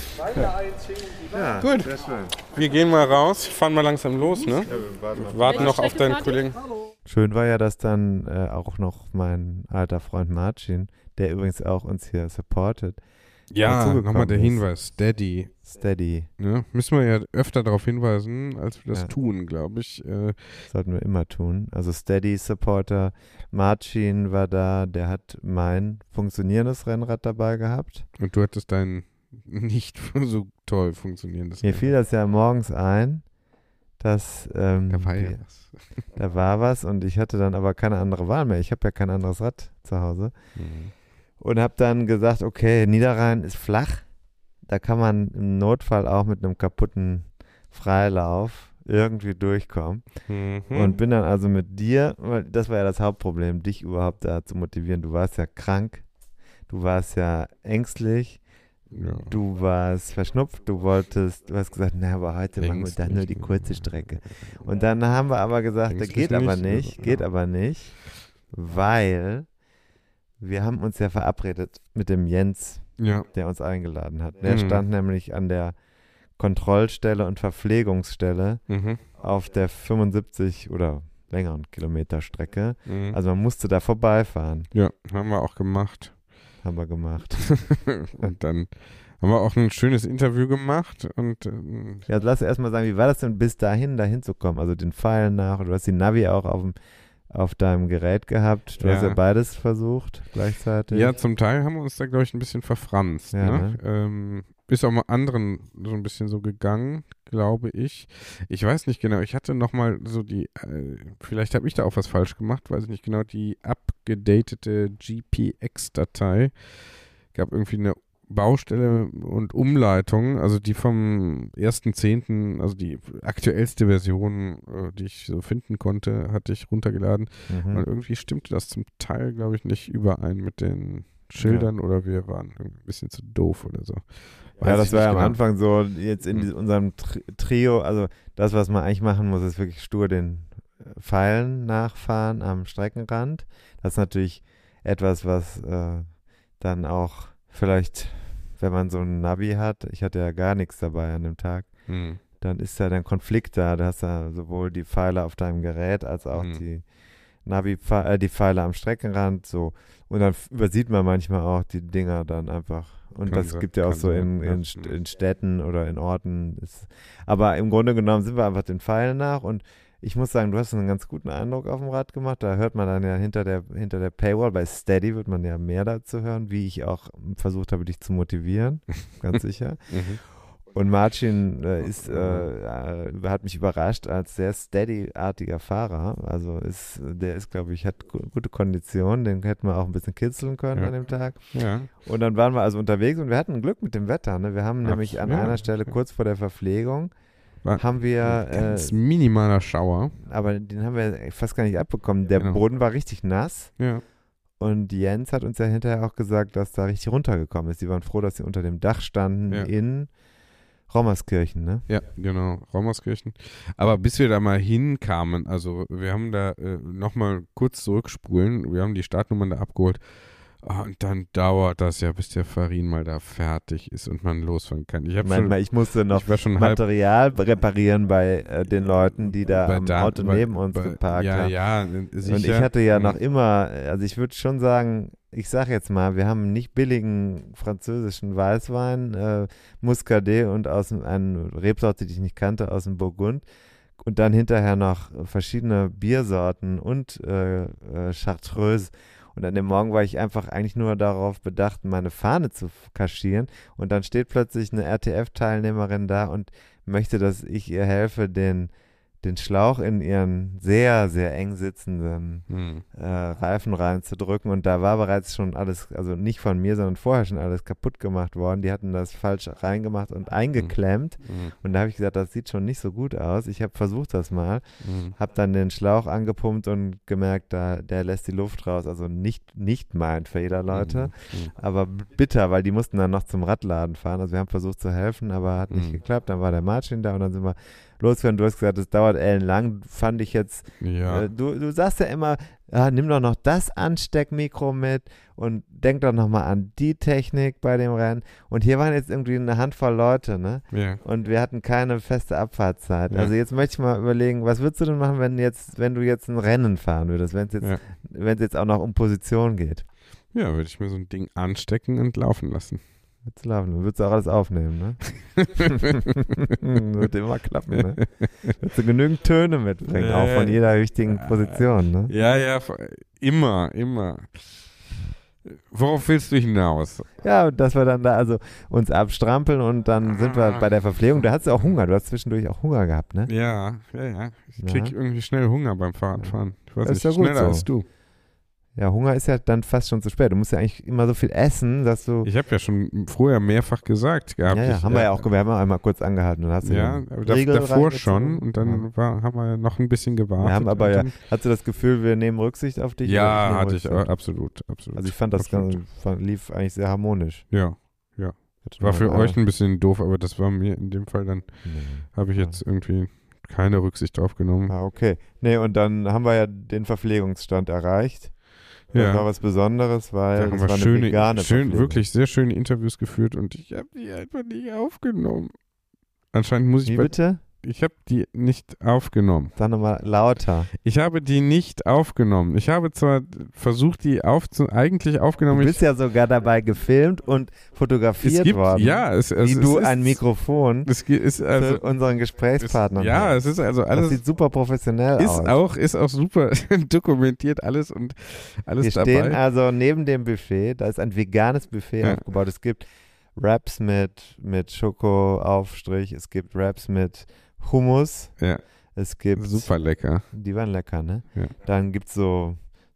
Ja, gut. Sehr schön. Wir gehen mal raus, fahren mal langsam los, ne? Warten noch auf Welche deinen Strecke fahrt ihr? Kollegen. Schön war ja, dass dann auch noch mein alter Freund Marcin, der übrigens auch uns hier supportet, Ja, dazugekommen nochmal der ist. Hinweis. Steady. Ne? Müssen wir ja öfter darauf hinweisen, als wir das tun, glaube ich. Sollten wir immer tun. Also Steady-Supporter. Marcin war da, der hat mein funktionierendes Rennrad dabei gehabt. Und du hattest dein nicht so toll funktionierendes. Mir fiel das ja morgens ein, Da war ja was. Da war was und ich hatte dann aber keine andere Wahl mehr. Ich habe ja kein anderes Rad zu Hause. Und habe dann gesagt, okay, Niederrhein ist flach. Da kann man im Notfall auch mit einem kaputten Freilauf irgendwie durchkommen. Und bin dann also mit dir, weil das war ja das Hauptproblem, dich überhaupt da zu motivieren. Du warst ja krank, du warst ja ängstlich, du warst verschnupft, du hast gesagt, na, aber heute machen wir dann nur die kurze Strecke. Und dann haben wir aber gesagt, das geht aber nicht, weil wir haben uns ja verabredet mit dem Jens, der uns eingeladen hat. Der stand nämlich an der Kontrollstelle und Verpflegungsstelle auf der 75 oder längeren Kilometerstrecke. Also man musste da vorbeifahren. Ja, haben wir auch gemacht. Und dann haben wir auch ein schönes Interview gemacht. Und ja, lass erstmal sagen, wie war das denn bis dahin zu kommen? Also den Pfeilen nach, du hast die Navi auch auf deinem Gerät gehabt. Du hast ja beides versucht gleichzeitig. Ja, zum Teil haben wir uns da, glaube ich, ein bisschen verfranst. Ja, ne? Ist auch mal anderen so ein bisschen so gegangen, glaube ich. Ich weiß nicht genau, ich hatte nochmal so vielleicht habe ich da auch was falsch gemacht, weiß ich nicht genau, die abgedatete GPX-Datei. Gab irgendwie eine Baustelle und Umleitung, also die vom 1.10., also die aktuellste Version, die ich so finden konnte, hatte ich runtergeladen. Und irgendwie stimmte das zum Teil, glaube ich, nicht überein mit den Schildern oder wir waren ein bisschen zu doof oder so. Ja, das war ja am Anfang so, jetzt in unserem Trio, also das, was man eigentlich machen muss, ist wirklich stur den Pfeilen nachfahren am Streckenrand. Das ist natürlich etwas, was dann auch vielleicht, wenn man so ein Navi hat, ich hatte ja gar nichts dabei an dem Tag, dann ist ja der Konflikt da. Du hast ja sowohl die Pfeile auf deinem Gerät als auch die die Pfeile am Streckenrand, so. Und dann übersieht man manchmal auch die Dinger dann einfach. Und das gibt ja auch so in Städten oder in Orten. Aber im Grunde genommen sind wir einfach den Pfeilen nach und ich muss sagen, du hast einen ganz guten Eindruck auf dem Rad gemacht. Da hört man dann ja hinter der Paywall, bei Steady wird man ja mehr dazu hören, wie ich auch versucht habe, dich zu motivieren, ganz sicher. Und Marcin hat mich überrascht als sehr steady-artiger Fahrer. Also der ist, glaube ich, hat gute Konditionen. Den hätten wir auch ein bisschen kitzeln können an dem Tag. Ja. Und dann waren wir also unterwegs und wir hatten Glück mit dem Wetter. Ne? Wir haben nämlich an einer Stelle kurz vor der Verpflegung haben wir ganz minimaler Schauer. Aber den haben wir fast gar nicht abbekommen. Der Boden war richtig nass. Ja. Und Jens hat uns ja hinterher auch gesagt, dass da richtig runtergekommen ist. Die waren froh, dass sie unter dem Dach standen in Rommerskirchen, ne? Ja, genau, Rommerskirchen. Aber bis wir da mal hinkamen, also wir haben da nochmal kurz zurückspulen, wir haben die Startnummern da abgeholt und dann dauert das ja, bis der Farin mal da fertig ist und man losfahren kann. Ich musste noch Material reparieren bei den Leuten, die da am Auto neben uns geparkt haben. Ja, sicher. Und ich hatte ja noch immer, also ich würde schon sagen, ich sag jetzt mal, wir haben nicht billigen französischen Weißwein, Muscadet und eine Rebsorte, die ich nicht kannte, aus dem Burgund. Und dann hinterher noch verschiedene Biersorten und Chartreuse. Und an dem Morgen war ich einfach eigentlich nur darauf bedacht, meine Fahne zu kaschieren. Und dann steht plötzlich eine RTF-Teilnehmerin da und möchte, dass ich ihr helfe, den Schlauch in ihren sehr, sehr eng sitzenden Reifen reinzudrücken. Und da war bereits schon alles, also nicht von mir, sondern vorher schon alles kaputt gemacht worden. Die hatten das falsch reingemacht und eingeklemmt. Und da habe ich gesagt, das sieht schon nicht so gut aus. Ich habe versucht das mal, habe dann den Schlauch angepumpt und gemerkt, der lässt die Luft raus. Also nicht mein Fehler, Leute. Aber bitter, weil die mussten dann noch zum Radladen fahren. Also wir haben versucht zu helfen, aber hat nicht geklappt. Dann war der Marcin da und dann sind wir losgefahren. Du hast gesagt, es dauert ellenlang. Fand ich jetzt, du sagst ja immer, nimm doch noch das Ansteckmikro mit und denk doch nochmal an die Technik bei dem Rennen. Und hier waren jetzt irgendwie eine Handvoll Leute, ne? Ja. Und wir hatten keine feste Abfahrtszeit. Ja. Also jetzt möchte ich mal überlegen, was würdest du denn machen, wenn du jetzt ein Rennen fahren würdest, wenn es jetzt auch noch um Position geht? Ja, würde ich mir so ein Ding anstecken und laufen lassen. Würdest du auch alles aufnehmen, ne? Wird immer klappen, ne? Würdest du genügend Töne mitbringen, auch von jeder richtigen Position, ne? Ja, immer. Worauf willst du hinaus? Ja, dass wir dann da also uns abstrampeln und dann sind wir bei der Verpflegung. Da hast du auch Hunger. Du hast zwischendurch auch Hunger gehabt, ne? Ja. Ich krieg irgendwie schnell Hunger beim Fahrradfahren. Ich weiß Das ist nicht, ja gut schneller so. als du. Ja, Hunger ist ja dann fast schon zu spät. Du musst ja eigentlich immer so viel essen, dass du... Ich habe ja schon vorher mehrfach gesagt gehabt. haben wir ja auch, wir haben ja einmal kurz angehalten. Und hast du Ja, den aber Riegel davor reingezogen. schon und dann haben wir ja noch ein bisschen gewartet. Wir haben aber und ja, dann, hast du das Gefühl, wir nehmen Rücksicht auf dich? ja, Oder hatte ich Rücksicht? absolut. Also ich fand das absolut. lief eigentlich sehr harmonisch. Ja, war für euch ein bisschen doof, aber das war mir in dem Fall dann, habe ich jetzt irgendwie keine Rücksicht drauf genommen. Ah, okay. Nee, und dann haben wir ja den Verpflegungsstand erreicht. Das war was Besonderes, weil Da haben das wir war eine vegane Verpflegung. wirklich sehr schöne Interviews geführt und ich habe die einfach nicht aufgenommen. Anscheinend muss ich Wie bitte? Ich habe die nicht aufgenommen. Sag nochmal lauter. Ich habe die nicht aufgenommen. Ich habe zwar versucht, die eigentlich aufgenommen. Du bist ja sogar dabei gefilmt und fotografiert worden. Ja, wie du ein Mikrofon ist also, für unseren Gesprächspartner hast. Ja, es ist also alles. Das sieht super professionell aus. Ist auch super dokumentiert alles und alles Wir dabei. stehen also neben dem Buffet. Da ist ein veganes Buffet aufgebaut. Es gibt Wraps mit Schokoaufstrich. Es gibt Wraps mit Hummus. Ja. Es gibt Super lecker. Die waren lecker, ne? Ja. Dann gibt es so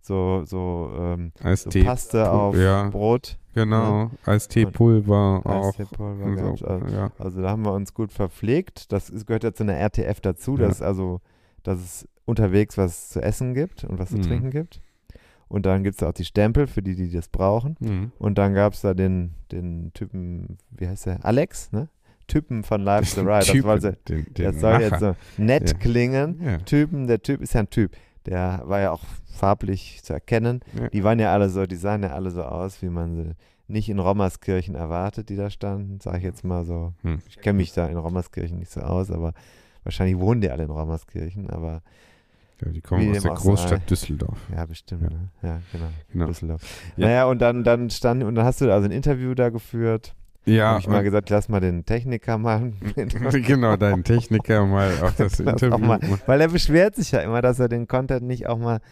Eistee, Paste auf Brot. Genau. Eistee-Pulver auch. Eistee-Pulver gab's. Ja. Also da haben wir uns gut verpflegt. Das gehört ja zu einer RTF dazu, Ja. dass es unterwegs was zu essen gibt und was zu trinken gibt. Und dann gibt es auch die Stempel für die das brauchen. Mhm. Und dann gab es da den Typen, wie heißt der? Alex, ne? Typen von Life is the Ride. Das soll jetzt so nett klingen. Ja. Der Typ ist ja ein Typ. Der war ja auch farblich zu erkennen. Ja. Die sahen ja alle so aus, wie man sie nicht in Rommerskirchen erwartet, die da standen. Sag ich jetzt mal so. Ich kenne mich da in Rommerskirchen nicht so aus, aber wahrscheinlich wohnen die alle in Rommerskirchen, aber die kommen aus der Großstadt Düsseldorf. Ja, bestimmt. Ja. Ne? Ja, genau. Düsseldorf. Ja. Naja, und dann hast du also ein Interview da geführt. Ja. Habe ich mal gesagt, lass mal den Techniker machen. Genau, deinen Techniker mal auf das Interview. Auch mal, weil er beschwert sich ja immer, dass er den Content nicht auch mal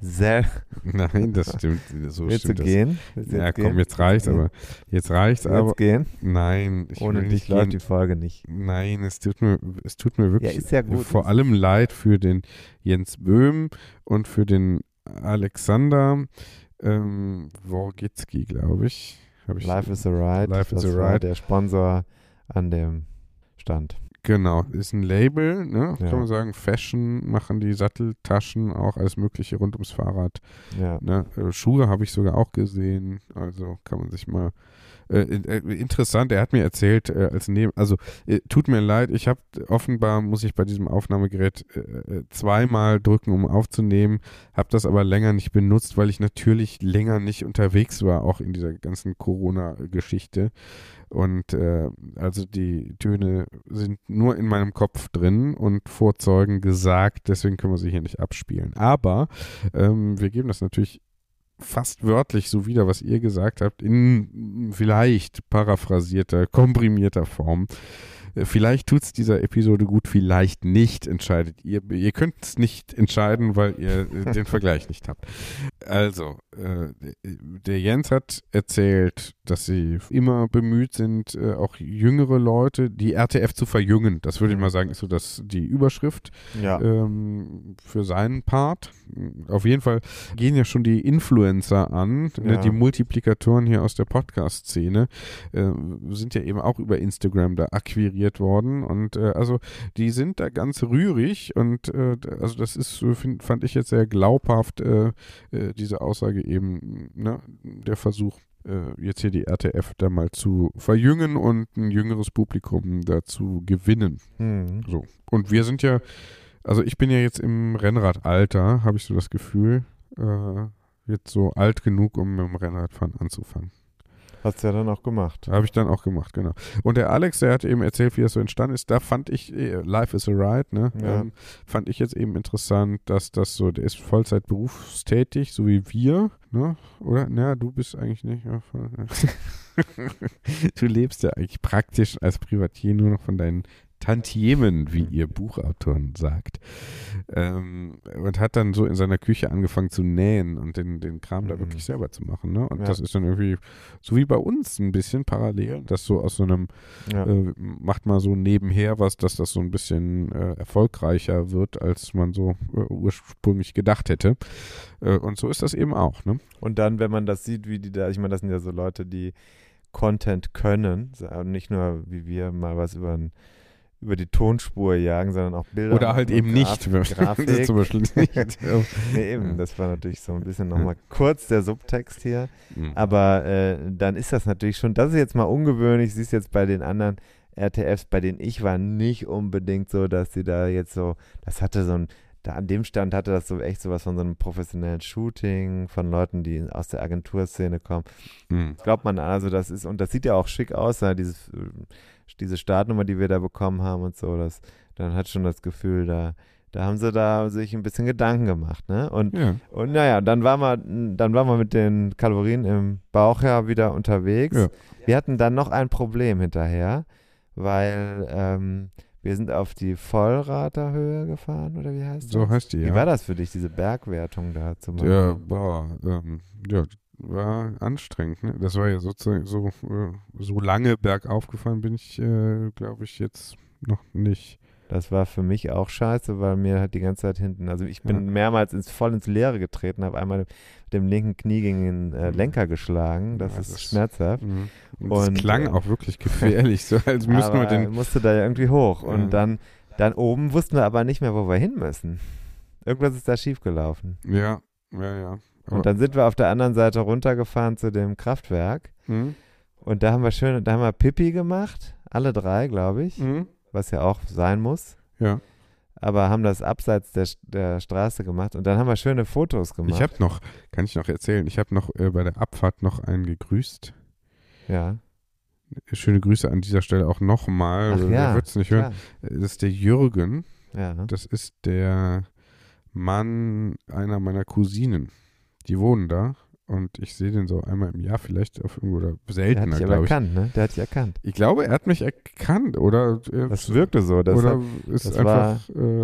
Nein, das stimmt. So Willst stimmt du das. gehen? Jetzt reicht's, aber Jetzt gehen? gehen? Nein, ich Ohne will dich nicht läuft gehen. die Folge nicht. Nein, es tut mir wirklich Ja, ist ja gut. vor allem leid für den Jens Böhm und für den Alexander Worgitzki, glaube ich. Life is a Ride. Life is a war Ride. der Sponsor an dem Stand. Genau, ist ein Label, ne? Ja. Kann man sagen, Fashion, machen die Satteltaschen, auch alles mögliche rund ums Fahrrad. Ja. Ne? Schuhe habe ich sogar auch gesehen, also kann man sich mal interessant, er hat mir erzählt, tut mir leid, offenbar muss ich bei diesem Aufnahmegerät zweimal drücken, um aufzunehmen, habe das aber länger nicht benutzt, weil ich natürlich länger nicht unterwegs war, auch in dieser ganzen Corona-Geschichte. Und also die Töne sind nur in meinem Kopf drin und vor Zeugen gesagt, deswegen können wir sie hier nicht abspielen. Aber wir geben das natürlich fast wörtlich so wieder, was ihr gesagt habt, in vielleicht paraphrasierter, komprimierter Form. Vielleicht tut es dieser Episode gut, vielleicht nicht, entscheidet ihr. Ihr könnt es nicht entscheiden, weil ihr den Vergleich nicht habt. Also, der Jens hat erzählt, dass sie immer bemüht sind, auch jüngere Leute, die RTF zu verjüngen. Das würde ich mal sagen, ist so die Überschrift für seinen Part. Auf jeden Fall gehen ja schon die Influencer an, ne, die Multiplikatoren hier aus der Podcast-Szene, sind ja eben auch über Instagram da akquiriert worden und also die sind da ganz rührig und also das ist, fand ich jetzt sehr glaubhaft, diese Aussage eben, ne, der Versuch, jetzt hier die RTF da mal zu verjüngen und ein jüngeres Publikum dazu gewinnen. So. Und wir sind ja, also ich bin ja jetzt im Rennradalter, habe ich so das Gefühl, jetzt so alt genug, um mit dem Rennradfahren anzufangen. Hast du ja dann auch gemacht. Habe ich dann auch gemacht, genau. Und der Alex, der hat eben erzählt, wie das so entstanden ist. Da fand ich, Life is a Ride, ne? Ja. Fand ich jetzt eben interessant, dass das so, der ist Vollzeit berufstätig, so wie wir, ne? Oder? Naja, du bist eigentlich nicht. Ja, du lebst ja eigentlich praktisch als Privatier nur noch von deinen Tantiemen, wie ihr Buchautoren sagt. Und hat dann so in seiner Küche angefangen zu nähen und den Kram da wirklich selber zu machen. Ne? Und das ist dann irgendwie so wie bei uns ein bisschen parallel, dass so aus so einem macht mal so nebenher was, dass das so ein bisschen erfolgreicher wird, als man so ursprünglich gedacht hätte. Und so ist das eben auch. Ne? Und dann, wenn man das sieht, wie die da, ich meine, das sind ja so Leute, die Content können, nicht nur wie wir mal was über die Tonspur jagen, sondern auch Bilder. Oder halt eben nicht. Grafik. Zum Beispiel nicht. Nee, eben, das war natürlich so ein bisschen nochmal kurz der Subtext hier. Aber dann ist das natürlich schon, das ist jetzt mal ungewöhnlich, siehst jetzt bei den anderen RTFs, bei denen ich war, nicht unbedingt so, dass sie da jetzt so, das hatte so ein, da an dem Stand hatte das so echt sowas von so einem professionellen Shooting von Leuten, die aus der Agenturszene kommen. Das glaubt man also, das ist, und das sieht ja auch schick aus, diese Startnummer, die wir da bekommen haben und so, dann hat schon das Gefühl, da haben sie da sich ein bisschen Gedanken gemacht, ne? Und naja, dann waren wir mit den Kalorien im Bauch ja wieder unterwegs. Ja. Wir hatten dann noch ein Problem hinterher, weil wir sind auf die Vollraterhöhe gefahren, oder wie heißt das? So heißt die, ja. Wie war das für dich, diese Bergwertung da zu machen? Ja, war anstrengend. Ne? Das war ja sozusagen so lange bergauf gefahren bin ich, glaube ich, jetzt noch nicht. Das war für mich auch scheiße, weil mir halt die ganze Zeit hinten, also ich bin mehrmals voll ins Leere getreten, habe einmal mit dem linken Knie gegen den Lenker geschlagen. Das ist schmerzhaft. Und es klang auch wirklich gefährlich, so als müssten wir den. Musste da ja irgendwie hoch. Und dann oben wussten wir aber nicht mehr, wo wir hin müssen. Irgendwas ist da schiefgelaufen. Ja. Und dann sind wir auf der anderen Seite runtergefahren zu dem Kraftwerk. Und da haben wir Pipi gemacht, alle drei, glaube ich, was ja auch sein muss. Ja. Aber haben das abseits der Straße gemacht und dann haben wir schöne Fotos gemacht. Kann ich noch erzählen, ich habe noch bei der Abfahrt noch einen gegrüßt. Ja. Schöne Grüße an dieser Stelle auch nochmal. Ach ja, wer wird es nicht hören? Das ist der Jürgen. Ja. Das ist der Mann einer meiner Cousinen. Die wohnen da und ich sehe den so einmal im Jahr vielleicht auf irgendwo oder seltener, glaube ich. Der hat dich erkannt. Ich glaube, er hat mich erkannt oder das wirkte so. Ist einfach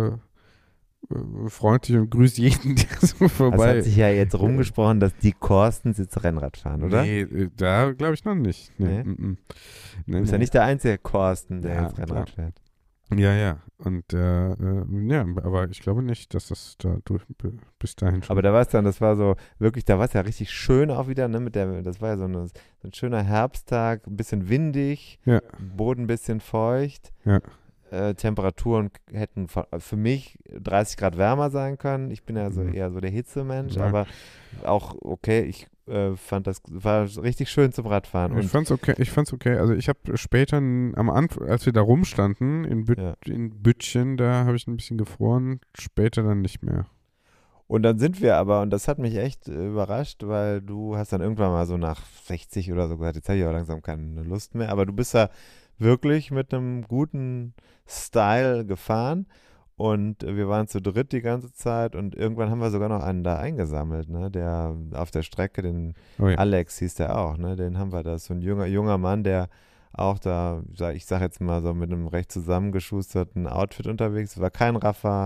freundlich und grüßt jeden, der so vorbei. Es hat sich ja jetzt rumgesprochen, dass die Korstens jetzt Rennrad fahren, oder? Nee, da glaube ich noch nicht. Nee. Du bist ja nicht der einzige Korsten, der jetzt Rennrad fährt. Ja. Und aber ich glaube nicht, dass das da bis dahin schon. Aber da war es dann, das war so wirklich, da war es ja richtig schön auch wieder, ne? Das war ja so ein schöner Herbsttag, ein bisschen windig, Boden ein bisschen feucht. Ja. Temperaturen hätten für mich 30 Grad wärmer sein können. Ich bin ja so eher so der Hitzemensch, aber auch okay, ich fand das war richtig schön zum Radfahren. Ich fand's okay. Also ich habe später am Anfang, als wir da rumstanden in Büttchen, da habe ich ein bisschen gefroren, später dann nicht mehr. Und dann sind wir aber, und das hat mich echt überrascht, weil du hast dann irgendwann mal so nach 60 oder so gesagt, jetzt habe ich auch langsam keine Lust mehr, aber du bist da wirklich mit einem guten Style gefahren und wir waren zu dritt die ganze Zeit und irgendwann haben wir sogar noch einen da eingesammelt, ne, der auf der Strecke, Alex hieß der auch, ne, den haben wir da, so ein junger Mann, der auch da, ich sag jetzt mal so mit einem recht zusammengeschusterten Outfit unterwegs war, kein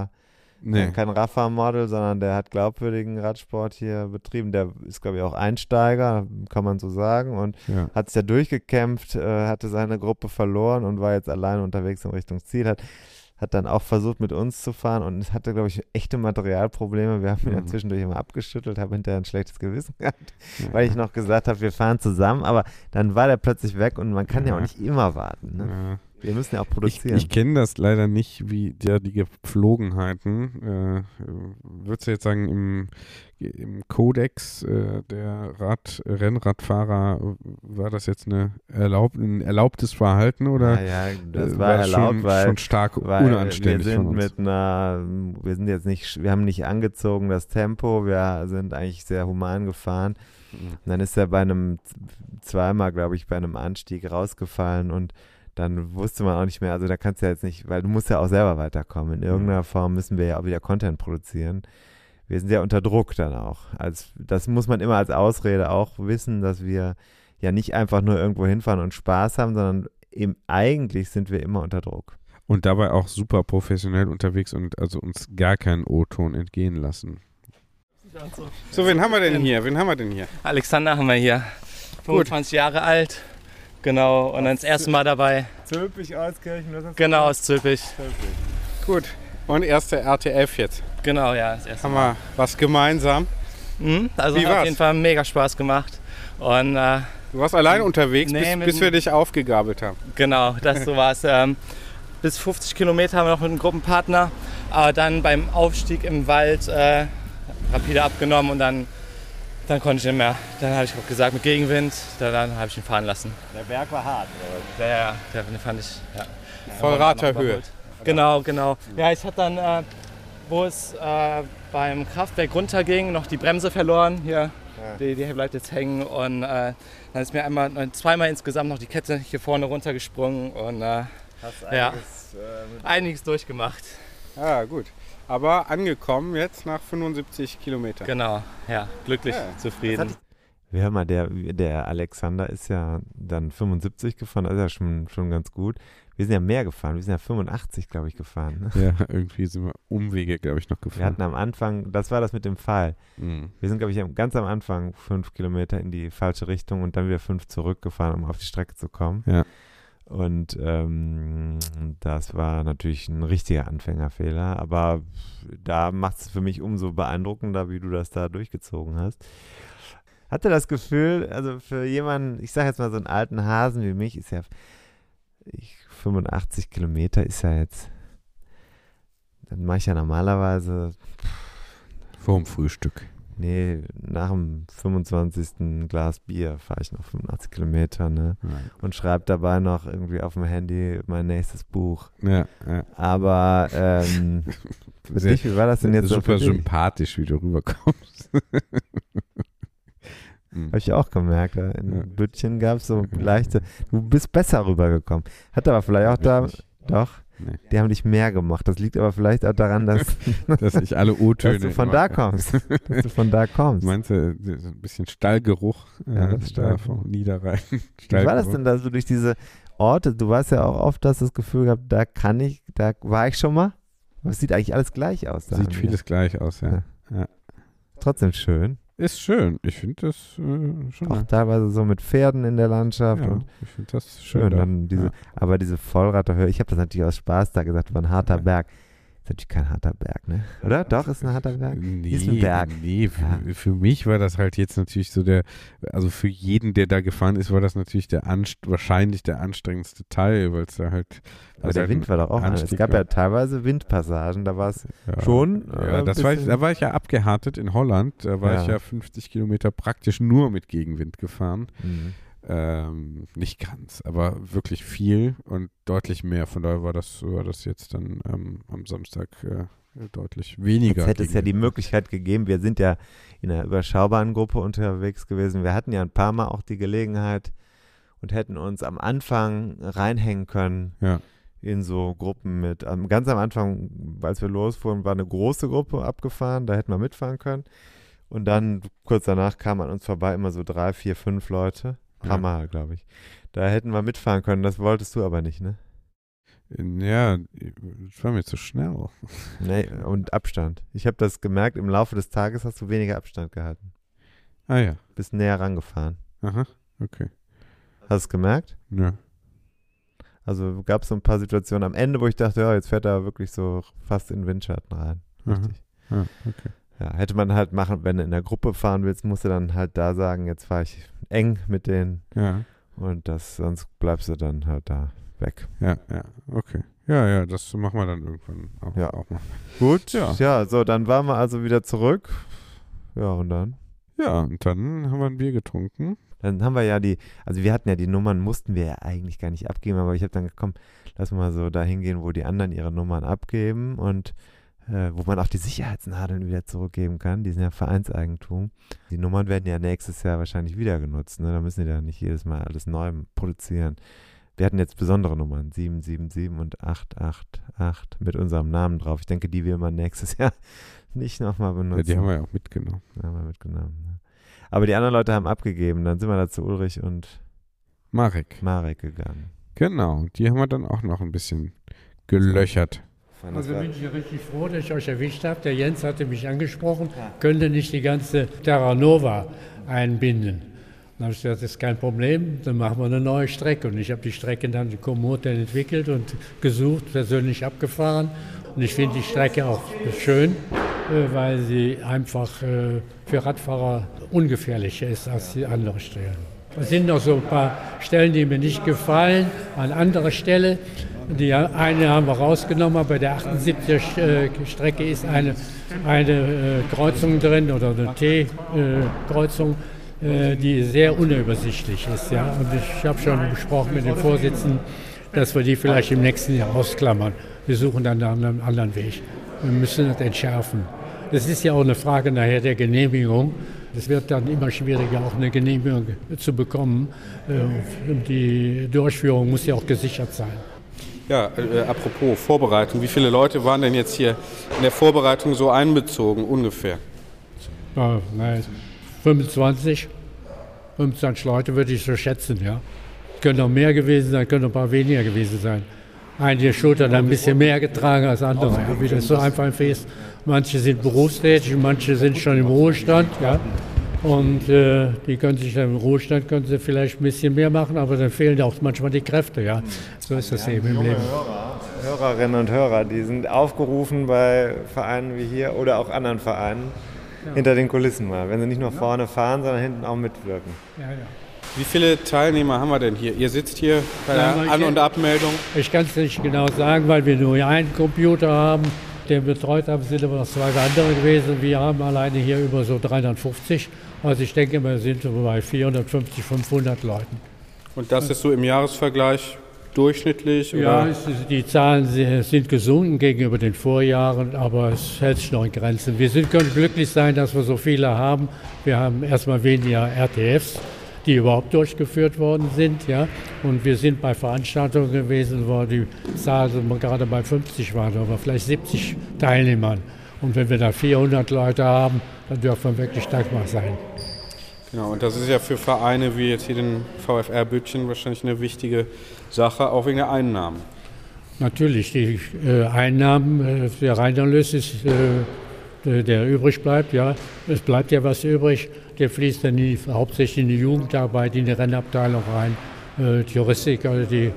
Raffa-Model, sondern der hat glaubwürdigen Radsport hier betrieben. Der ist, glaube ich, auch Einsteiger, kann man so sagen, und hat sich da durchgekämpft, hatte seine Gruppe verloren und war jetzt alleine unterwegs in Richtung Ziel. Hat dann auch versucht, mit uns zu fahren und hatte, glaube ich, echte Materialprobleme. Wir haben ihn ja zwischendurch immer abgeschüttelt, habe hinterher ein schlechtes Gewissen gehabt, weil ich noch gesagt habe, wir fahren zusammen, aber dann war der plötzlich weg und man kann ja auch nicht immer warten. Ne? Ja. Wir müssen ja auch produzieren. Ich kenne das leider nicht, wie die Gepflogenheiten. Würdest du jetzt sagen, im Kodex der Rennradfahrer war das jetzt ein erlaubtes Verhalten oder? Ja, das war erlaubt, schon stark unanständig wir haben nicht angezogen das Tempo, wir sind eigentlich sehr human gefahren. Und dann ist er zweimal, glaube ich, bei einem Anstieg rausgefallen und dann wusste man auch nicht mehr, also da kannst du ja jetzt nicht, weil du musst ja auch selber weiterkommen. In irgendeiner Form müssen wir ja auch wieder Content produzieren. Wir sind ja unter Druck dann auch. Das muss man immer als Ausrede auch wissen, dass wir ja nicht einfach nur irgendwo hinfahren und Spaß haben, sondern eben eigentlich sind wir immer unter Druck. Und dabei auch super professionell unterwegs und also uns gar keinen O-Ton entgehen lassen. So, wen haben wir denn hier? Alexander haben wir hier. 25 Jahre alt. Genau, und dann das erste Mal dabei. Zülpich, Euskirchen, was hast du Genau, aus Zülpich. Gut. Und erste RTF jetzt. Genau, ja, das erste Haben Mal. wir was gemeinsam? Also Wie hat war's? auf jeden Fall mega Spaß gemacht. Und Du warst allein unterwegs, Nee, bis wir dich aufgegabelt haben. genau, das so war es. Bis 50 Kilometer haben wir noch mit einem Gruppenpartner. Aber dann beim Aufstieg im Wald rapide abgenommen und dann konnte ich nicht mehr. Dann habe ich auch gesagt, mit Gegenwind, dann habe ich ihn fahren lassen. Der Berg war hart. Ja, den fand ich, ja. Vollraterhöhe. Genau. Ja, ich habe dann, wo es beim Kraftwerk runterging, noch die Bremse verloren. Hier, die bleibt jetzt hängen. Und dann ist mir zweimal insgesamt noch die Kette hier vorne runtergesprungen. Und einiges durchgemacht. Ja, gut. Aber angekommen jetzt nach 75 Kilometern. Genau, ja, glücklich, zufrieden. Wir hören mal, der Alexander ist ja dann 75 gefahren, das ist ja schon ganz gut. Wir sind ja mehr gefahren, wir sind ja 85, glaube ich, gefahren. Ne? Ja, irgendwie sind wir Umwege, glaube ich, noch gefahren. Wir hatten am Anfang, das war das mit dem Pfeil. Mhm. Wir sind, glaube ich, ganz am Anfang 5 Kilometer in die falsche Richtung und dann wieder 5 zurückgefahren, um auf die Strecke zu kommen. Ja. Und das war natürlich ein richtiger Anfängerfehler, aber da macht es für mich umso beeindruckender, wie du das da durchgezogen hast. Hatte das Gefühl, also für jemanden, ich sage jetzt mal so einen alten Hasen wie mich, ist ja 85 Kilometer ist ja jetzt, dann mache ich ja normalerweise Vorm Frühstück. Nee, nach dem 25. Glas Bier fahre ich noch 85 Kilometer, ne? Nein. Und schreibe dabei noch irgendwie auf dem Handy mein nächstes Buch. Ja. Aber für dich, wie war das denn jetzt so super für dich? sympathisch, wie du rüberkommst. Habe ich auch gemerkt. In Büttchen gab es so leichte, du bist besser rübergekommen. Hat aber vielleicht auch da, doch, Nee. die haben dich mehr gemacht. Das liegt aber vielleicht auch daran, dass ich alle O-Töne dass du von da kommst. Dass du von da kommst. Meinst du, so ein bisschen Stallgeruch Ja, das da Stallgeruch. vom Niederrhein? Wie war das denn da so durch diese Orte? Du warst ja auch oft, hast das Gefühl gehabt, da war ich schon mal. Aber es sieht eigentlich alles gleich aus. Da Sieht vieles gleich aus, ja. Trotzdem schön. Ist schön. Ich finde das schon. Auch teilweise so mit Pferden in der Landschaft. Ja, Und ich finde das schön. schön. Da. Dann aber diese Vollraterhöhe, ich habe das natürlich aus Spaß da gesagt, war ein harter Berg. Ist natürlich kein harter Berg, ne? Oder? Doch, ist ein harter Berg? Nee, Ist ein Berg. Nee, für mich war das halt jetzt natürlich so also für jeden, der da gefahren ist, war das natürlich wahrscheinlich der anstrengendste Teil, weil es da halt. Aber der Wind war doch auch anders. Es gab ja teilweise Windpassagen, da war es schon. Ja, da war ich ja abgehärtet in Holland. Da war ich ja 50 Kilometer praktisch nur mit Gegenwind gefahren. Mhm. Nicht ganz, aber wirklich viel und deutlich mehr. Von daher war das jetzt dann am Samstag deutlich weniger. Jetzt hätte es ja die Möglichkeit gegeben, wir sind ja in einer überschaubaren Gruppe unterwegs gewesen. Wir hatten ja ein paar Mal auch die Gelegenheit und hätten uns am Anfang reinhängen können in so Gruppen mit. Ganz am Anfang, als wir losfuhren, war eine große Gruppe abgefahren, da hätten wir mitfahren können. Und dann kurz danach kamen an uns vorbei immer so 3, 4, 5 Leute. Ein paar Mal, glaube ich. Da hätten wir mitfahren können, das wolltest du aber nicht, ne? Ja, das war mir zu schnell. Nee, und Abstand. Ich habe das gemerkt, im Laufe des Tages hast du weniger Abstand gehalten. Ah ja. Bist näher rangefahren. Aha, okay. Hast du es gemerkt? Ja. Also gab es so ein paar Situationen am Ende, wo ich dachte, ja, jetzt fährt er wirklich so fast in den Windschatten rein. Richtig. Ja, okay. Ja, hätte man halt machen, wenn du in der Gruppe fahren willst, musst du dann halt da sagen, jetzt fahre ich eng mit denen. Ja. Und sonst bleibst du dann halt da weg. Ja, okay. Ja, das machen wir dann irgendwann auch mal. Gut, ja. So, dann waren wir also wieder zurück. Ja, und dann? Ja, und dann haben wir ein Bier getrunken. Dann haben wir ja wir hatten ja die Nummern, mussten wir ja eigentlich gar nicht abgeben, aber ich habe dann gesagt, komm, lass mal so da hingehen, wo die anderen ihre Nummern abgeben und wo man auch die Sicherheitsnadeln wieder zurückgeben kann. Die sind ja Vereinseigentum. Die Nummern werden ja nächstes Jahr wahrscheinlich wieder genutzt. Ne? Da müssen die ja nicht jedes Mal alles neu produzieren. Wir hatten jetzt besondere Nummern, 777 und 888 mit unserem Namen drauf. Ich denke, die will man nächstes Jahr nicht nochmal benutzen. Ja, die haben wir ja auch mitgenommen. Ne? Aber die anderen Leute haben abgegeben. Dann sind wir da zu Ulrich und Marek gegangen. Genau, die haben wir dann auch noch ein bisschen gelöchert. Also bin ich richtig froh, dass ich euch erwischt habe. Der Jens hatte mich angesprochen, könnte nicht die ganze Terra Nova einbinden. Dann habe ich gesagt, das ist kein Problem, dann machen wir eine neue Strecke. Und ich habe die Strecke dann in Komoot entwickelt und gesucht, persönlich abgefahren. Und ich finde die Strecke auch schön, weil sie einfach für Radfahrer ungefährlicher ist als die anderen Stellen. Es sind noch so ein paar Stellen, die mir nicht gefallen, an anderer Stelle. Die eine haben wir rausgenommen, aber bei der 78er Strecke ist eine Kreuzung drin oder eine T-Kreuzung, die sehr unübersichtlich ist. Ja? Und ich habe schon besprochen mit dem Vorsitzenden, dass wir die vielleicht im nächsten Jahr ausklammern. Wir suchen dann einen anderen Weg. Wir müssen das entschärfen. Das ist ja auch eine Frage nachher der Genehmigung. Es wird dann immer schwieriger, auch eine Genehmigung zu bekommen. Die Durchführung muss ja auch gesichert sein. Ja, apropos Vorbereitung. Wie viele Leute waren denn jetzt hier in der Vorbereitung so einbezogen, ungefähr? 25 Leute würde ich so schätzen, ja. Können auch mehr gewesen sein, können auch ein paar weniger gewesen sein. Einige Schultern haben ein bisschen mehr getragen als andere, ja, wie das so einfach ist. Manche sind berufstätig, manche sind schon im Ruhestand, ja. Und die können sich dann im Ruhestand können sie vielleicht ein bisschen mehr machen, aber dann fehlen auch manchmal die Kräfte, ja. So ist das eben im Leben. Hörerinnen und Hörer, die sind aufgerufen bei Vereinen wie hier oder auch anderen Vereinen hinter den Kulissen mal. Wenn sie nicht nur vorne fahren, sondern hinten auch mitwirken. Ja. Wie viele Teilnehmer haben wir denn hier? Ihr sitzt hier bei der An- und Abmeldung? Ich kann es nicht genau sagen, weil wir nur einen Computer haben, den wir betreut haben, sind aber noch 2 andere gewesen. Wir haben alleine hier über so 350. Also ich denke, wir sind bei 450, 500 Leuten. Und das ist so im Jahresvergleich durchschnittlich? Ja, oder? Die Zahlen sind gesunken gegenüber den Vorjahren, aber es hält sich noch in Grenzen. Wir können glücklich sein, dass wir so viele haben. Wir haben erstmal weniger RTFs, die überhaupt durchgeführt worden sind. Ja? Und wir sind bei Veranstaltungen gewesen, wo die Zahl gerade bei 50 waren, aber vielleicht 70 Teilnehmern. Und wenn wir da 400 Leute haben, dann dürfen wir wirklich dankbar sein. Genau, und das ist ja für Vereine wie jetzt hier den VfR Böttchen wahrscheinlich eine wichtige Sache, auch wegen der Einnahmen. Natürlich, die Einnahmen, der Reinerlös ist, der übrig bleibt, ja. Es bleibt ja was übrig, der fließt dann hauptsächlich in die Jugendarbeit, in die Rennabteilung rein. Die Heuristiker, die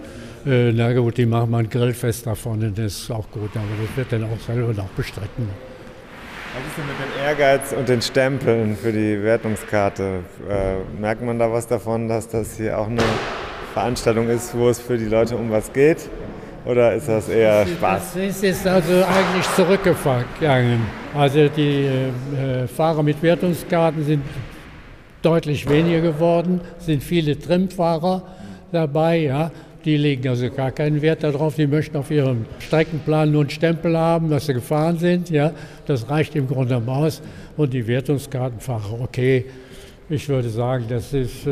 machen mal ein Grillfest davon, das ist auch gut, aber das wird dann auch selber noch bestritten. Was ist denn mit dem Ehrgeiz und den Stempeln für die Wertungskarte? Merkt man da was davon, dass das hier auch eine Veranstaltung ist, wo es für die Leute um was geht? Oder ist das eher Spaß? Das ist also eigentlich zurückgegangen. Also die Fahrer mit Wertungskarten sind deutlich weniger geworden, sind viele Trimfahrer dabei, ja. Die legen also gar keinen Wert darauf, die möchten auf ihrem Streckenplan nur einen Stempel haben, dass sie gefahren sind, ja. Das reicht im Grunde aus. Und die Wertungskartenfahrer, okay, ich würde sagen, das ist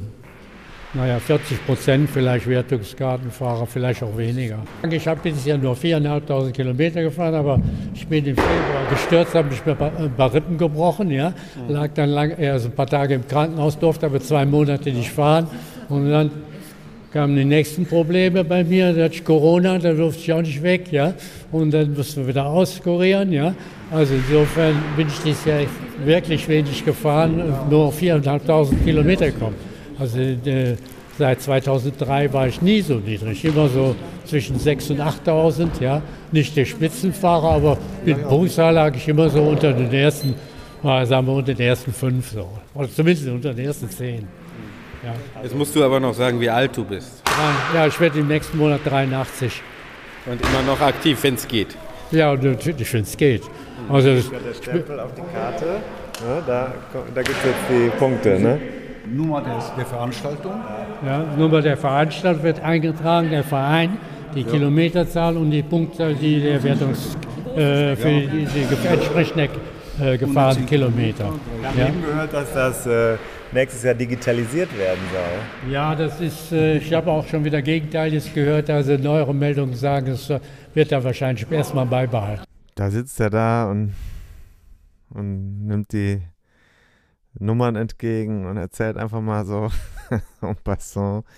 40% vielleicht Wertungskartenfahrer, vielleicht auch weniger. Ich habe bisher nur 4.500 Kilometer gefahren, aber ich bin im Februar gestürzt, habe mich ein paar Rippen gebrochen, ja. Lag dann ein paar Tage im Krankenhaus, durfte aber 2 Monate nicht fahren. Und dann kamen die nächsten Probleme bei mir, da hatte ich Corona, da durfte ich auch nicht weg, ja. Und dann mussten wir wieder auskurieren, ja. Also insofern bin ich dieses Jahr wirklich wenig gefahren, nur auf 4.500 Kilometer gekommen. Also seit 2003 war ich nie so niedrig, immer so zwischen 6.000 und 8.000, ja. Nicht der Spitzenfahrer, aber mit Punktzahl lag ich immer so unter den ersten, sagen wir unter den ersten 5 so. Oder zumindest unter den ersten 10. Ja. Jetzt musst du aber noch sagen, wie alt du bist. Ja, ich werde im nächsten Monat 83. Und immer noch aktiv, wenn es geht. Ja, natürlich, wenn es geht. Also der Stempel auf die Karte, ne, da gibt es jetzt die Punkte, ne? Nummer der Veranstaltung. Ja, Nummer der Veranstaltung wird eingetragen, der Verein, die Kilometerzahl und die Punktzahl, die der für die entsprechende gefahrenen Kilometer. Ich habe eben gehört, dass das nächstes Jahr digitalisiert werden soll. Ja, das ist, ich habe auch schon wieder Gegenteiliges gehört, also neuere Meldungen sagen, es wird da wahrscheinlich erstmal beibehalten. Da sitzt er da und nimmt die Nummern entgegen und erzählt einfach mal so en passant,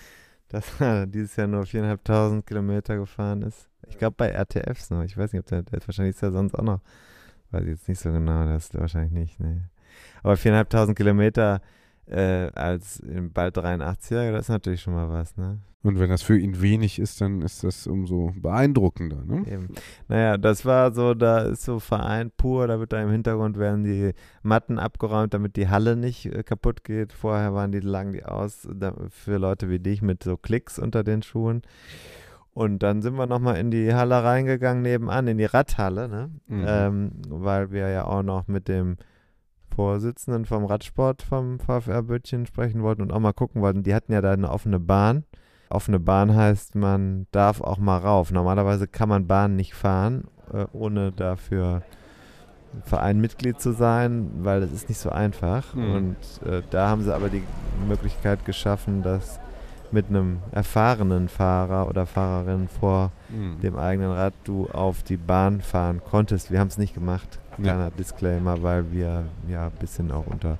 dass er dieses Jahr nur 4.500 Kilometer gefahren ist. Ich glaube bei RTFs noch. Ich weiß nicht, ob der wahrscheinlich ist ja sonst auch noch. Weiß ich jetzt nicht so genau, das ist wahrscheinlich nicht. Nee. Aber 4.500 Kilometer als bald 83er, das ist natürlich schon mal was, ne? Und wenn das für ihn wenig ist, dann ist das umso beeindruckender, ne? Eben. Naja, das war so, da ist so Verein pur, da wird da im Hintergrund werden die Matten abgeräumt, damit die Halle nicht kaputt geht. Vorher lagen die aus für Leute wie dich mit so Klicks unter den Schuhen. Und dann sind wir nochmal in die Halle reingegangen, nebenan, in die Radhalle, ne? Weil wir ja auch noch mit dem Vorsitzenden vom Radsport vom VfR Böttchen sprechen wollten und auch mal gucken wollten. Die hatten ja da eine offene Bahn. Offene Bahn heißt, man darf auch mal rauf. Normalerweise kann man Bahn nicht fahren, ohne dafür Verein-Mitglied zu sein, weil das ist nicht so einfach. Und da haben sie aber die Möglichkeit geschaffen, dass mit einem erfahrenen Fahrer oder Fahrerin vor dem eigenen Rad du auf die Bahn fahren konntest. Wir haben es nicht gemacht. Kleiner Disclaimer, weil wir ja ein bisschen auch unter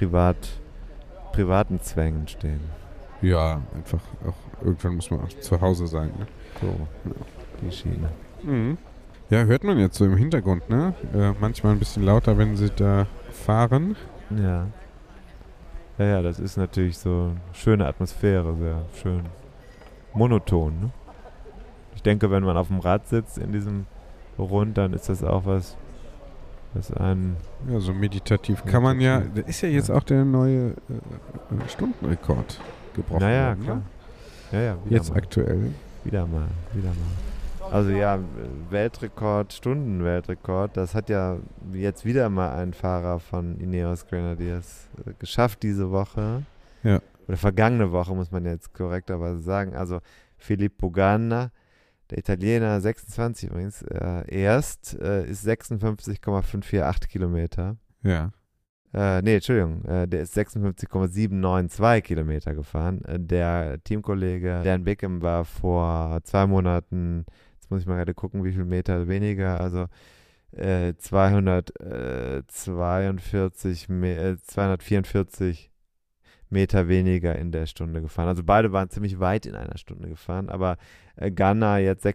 privaten Zwängen stehen. Ja, einfach auch irgendwann muss man auch zu Hause sein, ne? So, die Schiene. Ja, hört man jetzt so im Hintergrund, ne? Manchmal ein bisschen lauter, wenn sie da fahren. Ja. Ja, das ist natürlich so eine schöne Atmosphäre, sehr schön monoton, ne? Ich denke, wenn man auf dem Rad sitzt in diesem Rund, dann ist das auch was einen... Ja, so meditativ kann man ja... Da ist ja jetzt auch der neue Stundenrekord gebrochen. Naja, worden, klar. Ne? Ja, jetzt mal. aktuell. Wieder mal. Also ja, Weltrekord, Stundenweltrekord, das hat ja jetzt wieder mal ein Fahrer von Ineos Grenadiers geschafft diese Woche. Ja. Oder vergangene Woche, muss man jetzt korrekterweise sagen. Also Filippo Ganna, der Italiener, 26 übrigens, ist 56,548 Kilometer. Ja. Entschuldigung, der ist 56,792 Kilometer gefahren. Der Teamkollege Dan Beckham war vor 2 Monaten, jetzt muss ich mal gerade gucken, wie viel Meter weniger, also 244 Meter weniger in der Stunde gefahren. Also beide waren ziemlich weit in einer Stunde gefahren, aber Ganna jetzt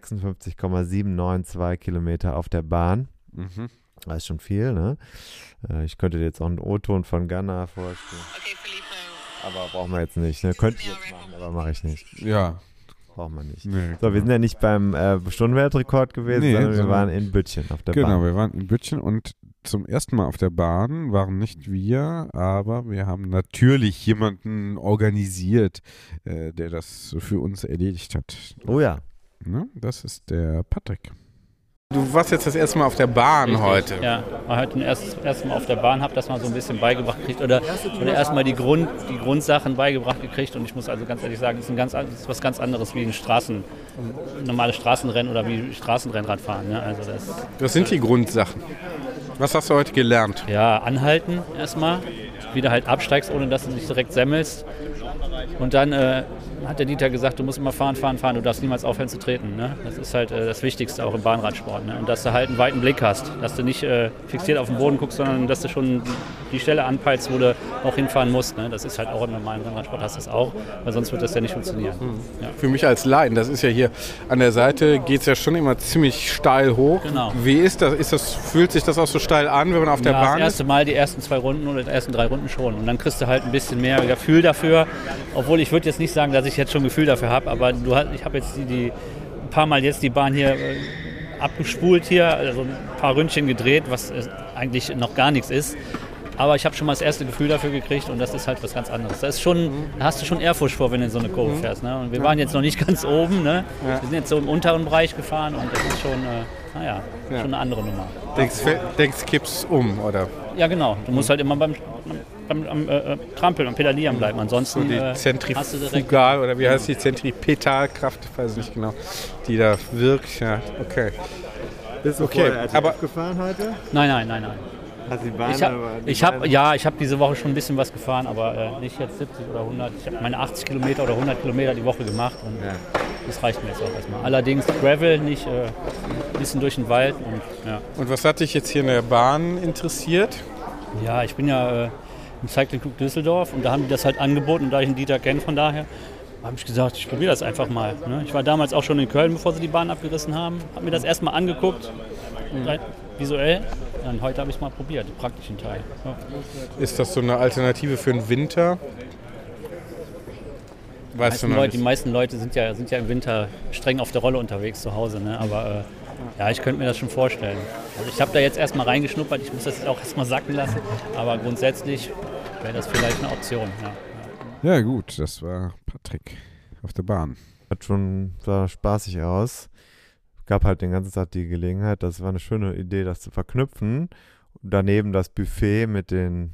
56,792 Kilometer auf der Bahn. Das ist schon viel, ne? Ich könnte dir jetzt auch einen O-Ton von Ganna vorstellen. Okay, Filippo. Aber brauchen wir jetzt nicht, ne? Könnte ich jetzt machen, aber mache ich nicht. Ja. Brauchen wir nicht. Nee, so, wir sind ja nicht beim Stundenweltrekord gewesen, sondern wir waren in Böttchen auf der Bahn. Genau, wir waren in Böttchen und zum ersten Mal auf der Bahn waren nicht wir, aber wir haben natürlich jemanden organisiert, der das für uns erledigt hat. Oh ja. Ne? Das ist der Patrick. Du warst jetzt das erste Mal auf der Bahn. Richtig, heute. Ja, war heute das erste Mal auf der Bahn, habe das mal so ein bisschen beigebracht gekriegt oder erstmal die Grundsachen beigebracht gekriegt und ich muss also ganz ehrlich sagen, das ist was ganz anderes wie ein normales Straßenrennen oder wie Straßenrennradfahren. Ne? Also das sind die Grundsachen. Was hast du heute gelernt? Ja, anhalten erstmal, wie du halt absteigst, ohne dass du dich direkt semmelst und dann hat der Dieter gesagt, du musst immer fahren, du darfst niemals aufhören zu treten. Ne? Das ist halt das Wichtigste auch im Bahnradsport. Ne? Und dass du halt einen weiten Blick hast, dass du nicht fixiert auf den Boden guckst, sondern dass du schon die Stelle anpeilst, wo du auch hinfahren musst. Ne? Das ist halt auch im normalen Rennradsport, hast du das auch, weil sonst wird das ja nicht funktionieren. Ja. Für mich als Laien, das ist ja hier an der Seite, geht es ja schon immer ziemlich steil hoch. Genau. Wie ist das? Fühlt sich das auch so steil an, wenn man auf der Bahn ist? Das erste Mal die ersten 2 Runden oder die ersten 3 Runden schon. Und dann kriegst du halt ein bisschen mehr Gefühl dafür. Obwohl ich würde jetzt nicht sagen, dass ich jetzt schon Gefühl dafür habe, aber ich habe jetzt ein paar Mal jetzt die Bahn hier abgespult hier, also ein paar Ründchen gedreht, was eigentlich noch gar nichts ist. Aber ich habe schon mal das erste Gefühl dafür gekriegt und das ist halt was ganz anderes. Da hast du schon Ehrfurcht vor, wenn du in so eine Kurve fährst. Ne? Und wir waren jetzt noch nicht ganz oben. Ne? Wir sind jetzt so im unteren Bereich gefahren und das ist schon, schon eine andere Nummer. Denkst kippst oder? Ja, genau. Du musst halt immer beim Trampeln, am Pedalieren bleiben. Ansonsten so die Zentrifugal oder wie heißt die Zentripetalkraft, ich weiß nicht genau, die da wirkt. Ja, okay. Bist du vorher gefahren heute? Nein. Hast du die Bahn ich habe diese Woche schon ein bisschen was gefahren, aber nicht jetzt 70 oder 100. Ich habe meine 80 Kilometer oder 100 Kilometer die Woche gemacht und das reicht mir jetzt auch erstmal. Allerdings Gravel, nicht ein bisschen durch den Wald. Und was hat dich jetzt hier in der Bahn interessiert? Ja, ich bin ja im Cycling Club Düsseldorf und da haben die das halt angeboten, da ich den Dieter kenne von daher. habe ich gesagt, ich probiere das einfach mal. Ne? Ich war damals auch schon in Köln, bevor sie die Bahn abgerissen haben. Habe mir das erstmal angeguckt, visuell. Und heute habe ich es mal probiert, den praktischen Teil. Ja. Ist das so eine Alternative für den Winter? Die meisten Leute sind ja im Winter streng auf der Rolle unterwegs zu Hause. Ne? Aber ja, ich könnte mir das schon vorstellen. Also ich habe da jetzt erstmal reingeschnuppert, ich muss das jetzt auch erstmal sacken lassen. Aber grundsätzlich wäre das vielleicht eine Option. Ja gut, das war Patrick auf der Bahn. Sah spaßig aus. Gab halt den ganzen Tag die Gelegenheit, das war eine schöne Idee, das zu verknüpfen. Daneben das Buffet mit den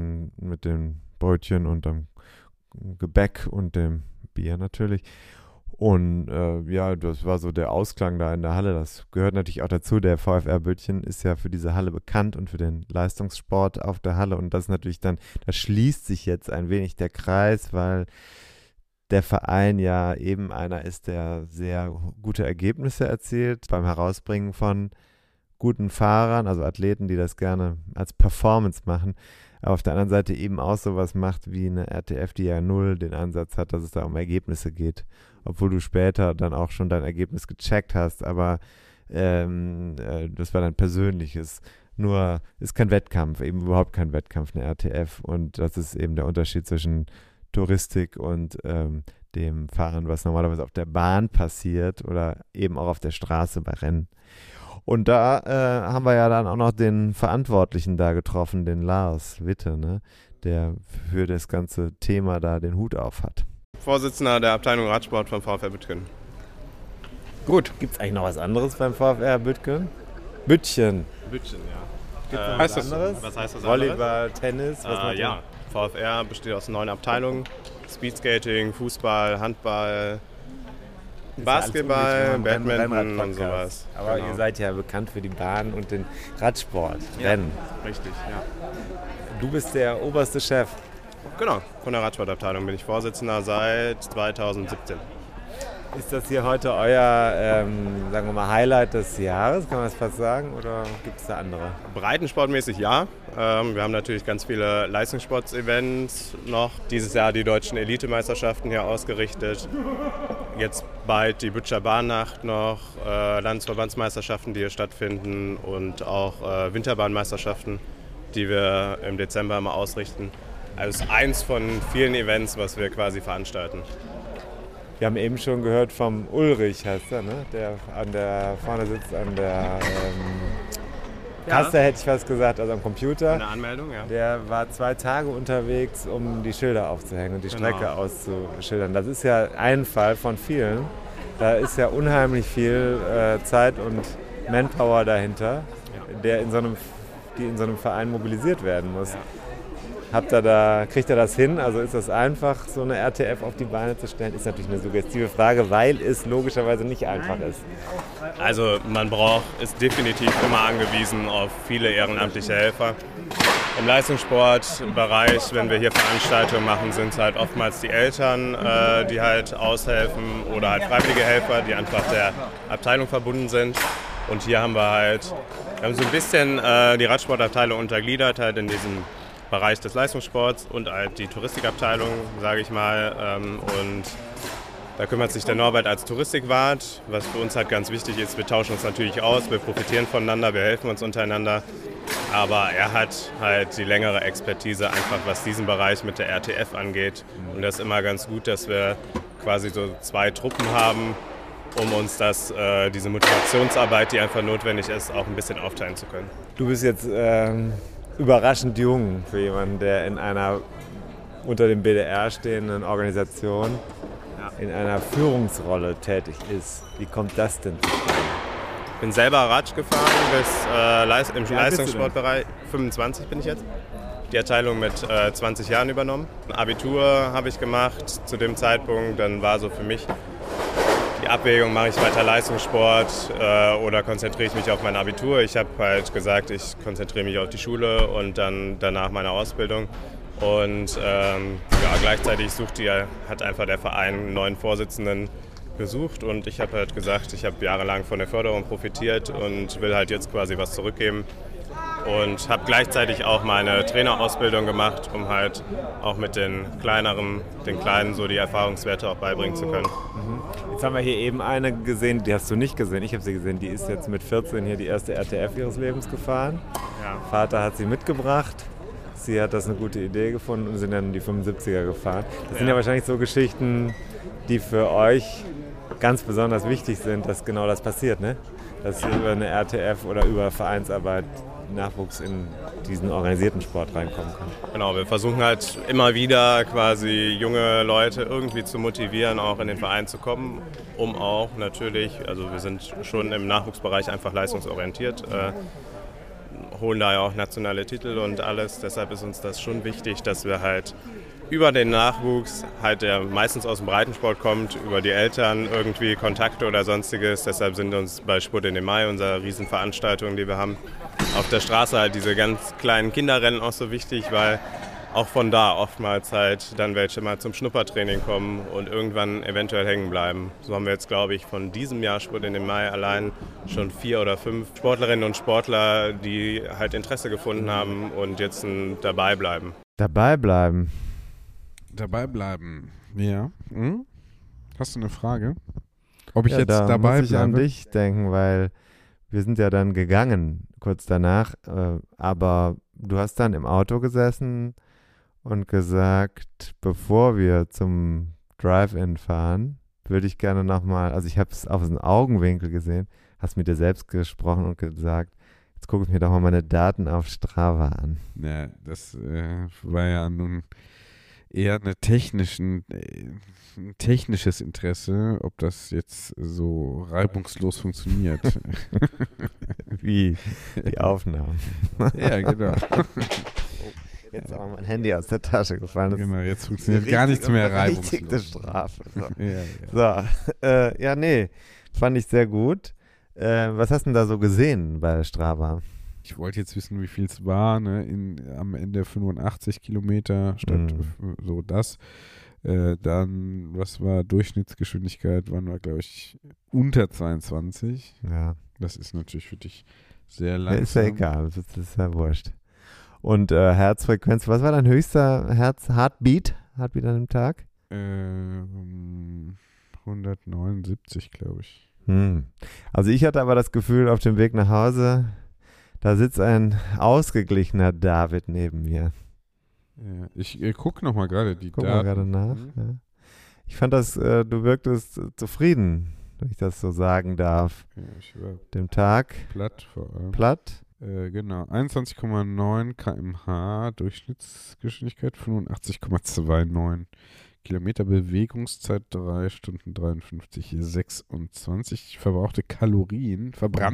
Brötchen und dem Gebäck und dem Bier natürlich. Und das war so der Ausklang da in der Halle. Das gehört natürlich auch dazu. Der VfR Böttchen ist ja für diese Halle bekannt und für den Leistungssport auf der Halle. Und das ist natürlich dann, da schließt sich jetzt ein wenig der Kreis, weil der Verein ja eben einer ist, der sehr gute Ergebnisse erzielt beim Herausbringen von guten Fahrern, also Athleten, die das gerne als Performance machen. Aber auf der anderen Seite eben auch sowas macht wie eine RTF, die ja null den Ansatz hat, dass es da um Ergebnisse geht. Obwohl du später dann auch schon dein Ergebnis gecheckt hast, aber das war dein persönliches. Nur ist kein Wettkampf, eben überhaupt kein Wettkampf, eine RTF. Und das ist eben der Unterschied zwischen Touristik und dem Fahren, was normalerweise auf der Bahn passiert oder eben auch auf der Straße bei Rennen. Und da haben wir ja dann auch noch den Verantwortlichen da getroffen, den Lars Witte, ne, der für das ganze Thema da den Hut auf hat. Vorsitzender der Abteilung Radsport vom VfR Büttgen. Gut. Gibt es eigentlich noch was anderes beim VfR Büttgen? Büttchen, ja. Gibt es noch was anderes? Was heißt das Volleyball, Tennis? Ja, VfR besteht aus 9 Abteilungen. Speedskating, Fußball, Handball, Basketball, Badminton und sowas. Aber ihr seid ja bekannt für die Bahn und den Radsport, Rennen. Richtig, ja. Du bist der oberste Chef. Genau, von der Radsportabteilung bin ich Vorsitzender seit 2017. Ist das hier heute euer, sagen wir mal, Highlight des Jahres, kann man das fast sagen, oder gibt es da andere? Breitensportmäßig ja. Wir haben natürlich ganz viele Leistungssports-Events noch. Dieses Jahr die deutschen Elitemeisterschaften hier ausgerichtet. Jetzt bald die Bütscher Bahnnacht noch, Landesverbandsmeisterschaften, die hier stattfinden und auch Winterbahnmeisterschaften, die wir im Dezember mal ausrichten. Also eins von vielen Events, was wir quasi veranstalten. Wir haben eben schon gehört vom Ulrich, heißt er, ne? Der vorne sitzt an der Kasse, hätte ich fast gesagt, also am Computer. Eine Anmeldung, ja. Der war 2 Tage unterwegs, um die Schilder aufzuhängen und die Strecke auszuschildern. Das ist ja ein Fall von vielen. Da ist ja unheimlich viel Zeit und Manpower dahinter, die in so einem Verein mobilisiert werden muss. Ja. Kriegt ihr das hin? Also ist das einfach, so eine RTF auf die Beine zu stellen? Ist natürlich eine suggestive Frage, weil es logischerweise nicht einfach ist. Also ist definitiv immer angewiesen auf viele ehrenamtliche Helfer. Im Leistungssportbereich, wenn wir hier Veranstaltungen machen, sind es halt oftmals die Eltern, die halt aushelfen oder halt freiwillige Helfer, die einfach der Abteilung verbunden sind. Und hier haben wir so ein bisschen die Radsportabteilung untergliedert halt in diesem Bereich des Leistungssports und halt die Touristikabteilung, sage ich mal. Und da kümmert sich der Norbert als Touristikwart, was für uns halt ganz wichtig ist. Wir tauschen uns natürlich aus, wir profitieren voneinander, wir helfen uns untereinander. Aber er hat halt die längere Expertise einfach, was diesen Bereich mit der RTF angeht. Und das ist immer ganz gut, dass wir quasi so 2 Truppen haben, um uns diese Motivationsarbeit, die einfach notwendig ist, auch ein bisschen aufteilen zu können. Du bist jetzt überraschend jung für jemanden, der in einer unter dem BDR stehenden Organisation in einer Führungsrolle tätig ist. Wie kommt das denn zustande? Ich bin selber Rad gefahren im Leistungssportbereich. 25 bin ich jetzt. Die Abteilung mit 20 Jahren übernommen. Ein Abitur habe ich gemacht zu dem Zeitpunkt. Dann war so für mich die Abwägung, mache ich weiter Leistungssport oder konzentriere ich mich auf mein Abitur. Ich habe halt gesagt, ich konzentriere mich auf die Schule und dann danach meine Ausbildung. Und gleichzeitig hat einfach der Verein einen neuen Vorsitzenden gesucht und ich habe halt gesagt, ich habe jahrelang von der Förderung profitiert und will halt jetzt quasi was zurückgeben. und habe gleichzeitig auch meine Trainerausbildung gemacht, um halt auch mit den Kleinen so die Erfahrungswerte auch beibringen zu können. Jetzt haben wir hier eben eine gesehen, die hast du nicht gesehen, ich habe sie gesehen, die ist jetzt mit 14 hier die erste RTF ihres Lebens gefahren. Ja. Vater hat sie mitgebracht, sie hat das eine gute Idee gefunden und sind dann die 75er gefahren. Das sind ja wahrscheinlich so Geschichten, die für euch ganz besonders wichtig sind, dass genau das passiert, ne? Dass über eine RTF oder über Vereinsarbeit Nachwuchs in diesen organisierten Sport reinkommen kann. Genau, wir versuchen halt immer wieder quasi junge Leute irgendwie zu motivieren, auch in den Verein zu kommen, um auch natürlich, also wir sind schon im Nachwuchsbereich einfach leistungsorientiert, holen da ja auch nationale Titel und alles, deshalb ist uns das schon wichtig, dass wir halt über den Nachwuchs, halt der meistens aus dem Breitensport kommt, über die Eltern irgendwie Kontakte oder sonstiges. Deshalb sind uns bei Sport in den Mai, unserer Riesenveranstaltung, die wir haben, auf der Straße halt diese ganz kleinen Kinderrennen auch so wichtig, weil auch von da oftmals halt dann welche mal zum Schnuppertraining kommen und irgendwann eventuell hängen bleiben. So haben wir jetzt, glaube ich, von diesem Jahr Sport in den Mai allein schon 4 oder 5 Sportlerinnen und Sportler, die halt Interesse gefunden haben und jetzt dabei bleiben. Dabei bleiben? Dabei bleiben, ja. Hm? Hast du eine Frage? Ob ich jetzt da dabei muss ich bleibe? an dich denken, weil wir sind ja dann gegangen kurz danach, aber du hast dann im Auto gesessen und gesagt, bevor wir zum Drive-In fahren, würde ich gerne nochmal, also ich habe es auf den Augenwinkel gesehen, hast mit dir selbst gesprochen und gesagt, jetzt gucke ich mir doch mal meine Daten auf Strava an. Ja, das war ja nun eher ein technisches Interesse, ob das jetzt so reibungslos funktioniert. Wie die Aufnahmen. Ja, genau. Jetzt ist auch mein Handy aus der Tasche gefallen. Das genau, jetzt funktioniert gar nichts mehr reibungslos. Richtige Strafe. So. Ja. Ja, nee, fand ich sehr gut. Was hast du denn da so gesehen bei Strava? Ich wollte jetzt wissen, wie viel es war, ne? Am Ende 85 Kilometer statt so das. Dann, was war Durchschnittsgeschwindigkeit, waren wir, glaube ich, unter 22. Ja. Das ist natürlich für dich sehr langsam. Ist ja egal, das ist ja wurscht. Und Herzfrequenz, was war dein höchster Heartbeat an dem Tag? 179, glaube ich. Also ich hatte aber das Gefühl, auf dem Weg nach Hause, da sitzt ein ausgeglichener David neben mir. Ja, ich gucke nochmal gerade die Guck Daten. mal gerade nach. Ja. Ich fand das, du wirktest zufrieden, wenn ich das so sagen darf. Ja, ich war dem Tag. Platt vor allem. Platt? Genau, 21,9 km/h Durchschnittsgeschwindigkeit, 85,29 Kilometer Bewegungszeit, 3 Stunden 53, 26 verbrannte Kalorien,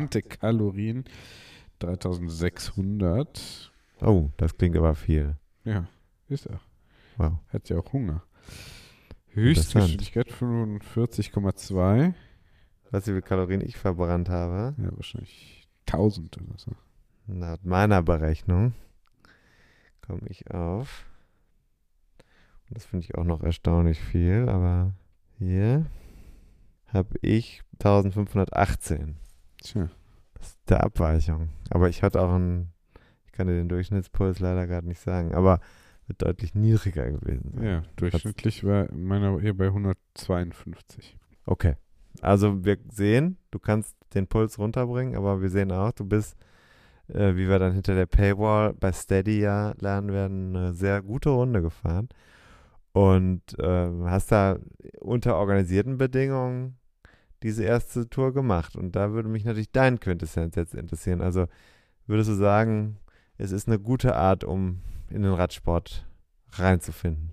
3600. Oh, das klingt aber viel. Ja, ist er. Wow. Hat ja auch Hunger. Höchstgeschwindigkeit 45,2. Weißt du, wie viele Kalorien ich verbrannt habe? Ja, wahrscheinlich 1000 oder so. Nach meiner Berechnung komme ich auf. Und das finde ich auch noch erstaunlich viel, aber hier habe ich 1518. Tja. Das ist der Abweichung. Aber ich hatte auch ich kann dir den Durchschnittspuls leider gerade nicht sagen, aber wird deutlich niedriger gewesen sein. Ja, durchschnittlich war meiner hier bei 152. Okay. Also wir sehen, du kannst den Puls runterbringen, aber wir sehen auch, du bist, wie wir dann hinter der Paywall bei Steady ja lernen werden, eine sehr gute Runde gefahren und hast da unter organisierten Bedingungen diese erste Tour gemacht. Und da würde mich natürlich dein Quintessenz jetzt interessieren. Also würdest du sagen, es ist eine gute Art, um in den Radsport reinzufinden?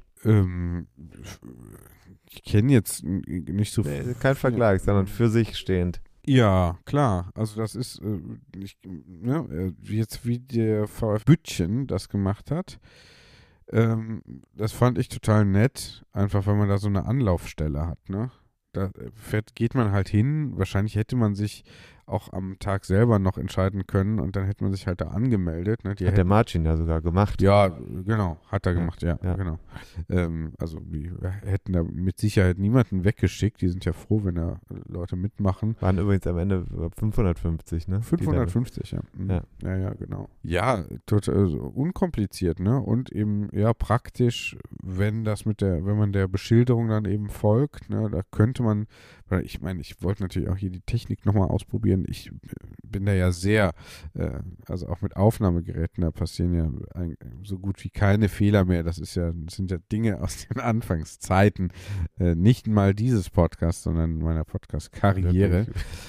Ich kenne jetzt nicht so viel. Kein Vergleich, sondern für sich stehend. Ja, klar. Also das ist jetzt wie der VfB Büttchen das gemacht hat. Das fand ich total nett, einfach weil man da so eine Anlaufstelle hat, ne? Da geht man halt hin. Wahrscheinlich hätte man sich auch am Tag selber noch entscheiden können und dann hätte man sich halt da angemeldet. Ne? Hat der Marcin ja sogar gemacht. Ja, genau, hat er gemacht, ja. Ja. Genau. Also wir hätten da mit Sicherheit niemanden weggeschickt. Die sind ja froh, wenn da Leute mitmachen. Waren übrigens am Ende 550, ne? 550, ja. Ja, genau. Ja, total unkompliziert, ne? Und eben, ja, praktisch, wenn man der Beschilderung dann eben folgt, ne? Da könnte man, weil ich meine, ich wollte natürlich auch hier die Technik nochmal ausprobieren. Ich bin da ja sehr, also auch mit Aufnahmegeräten, da passieren ja so gut wie keine Fehler mehr. Das sind ja Dinge aus den Anfangszeiten, nicht mal dieses Podcast, sondern meiner Podcast-Karriere,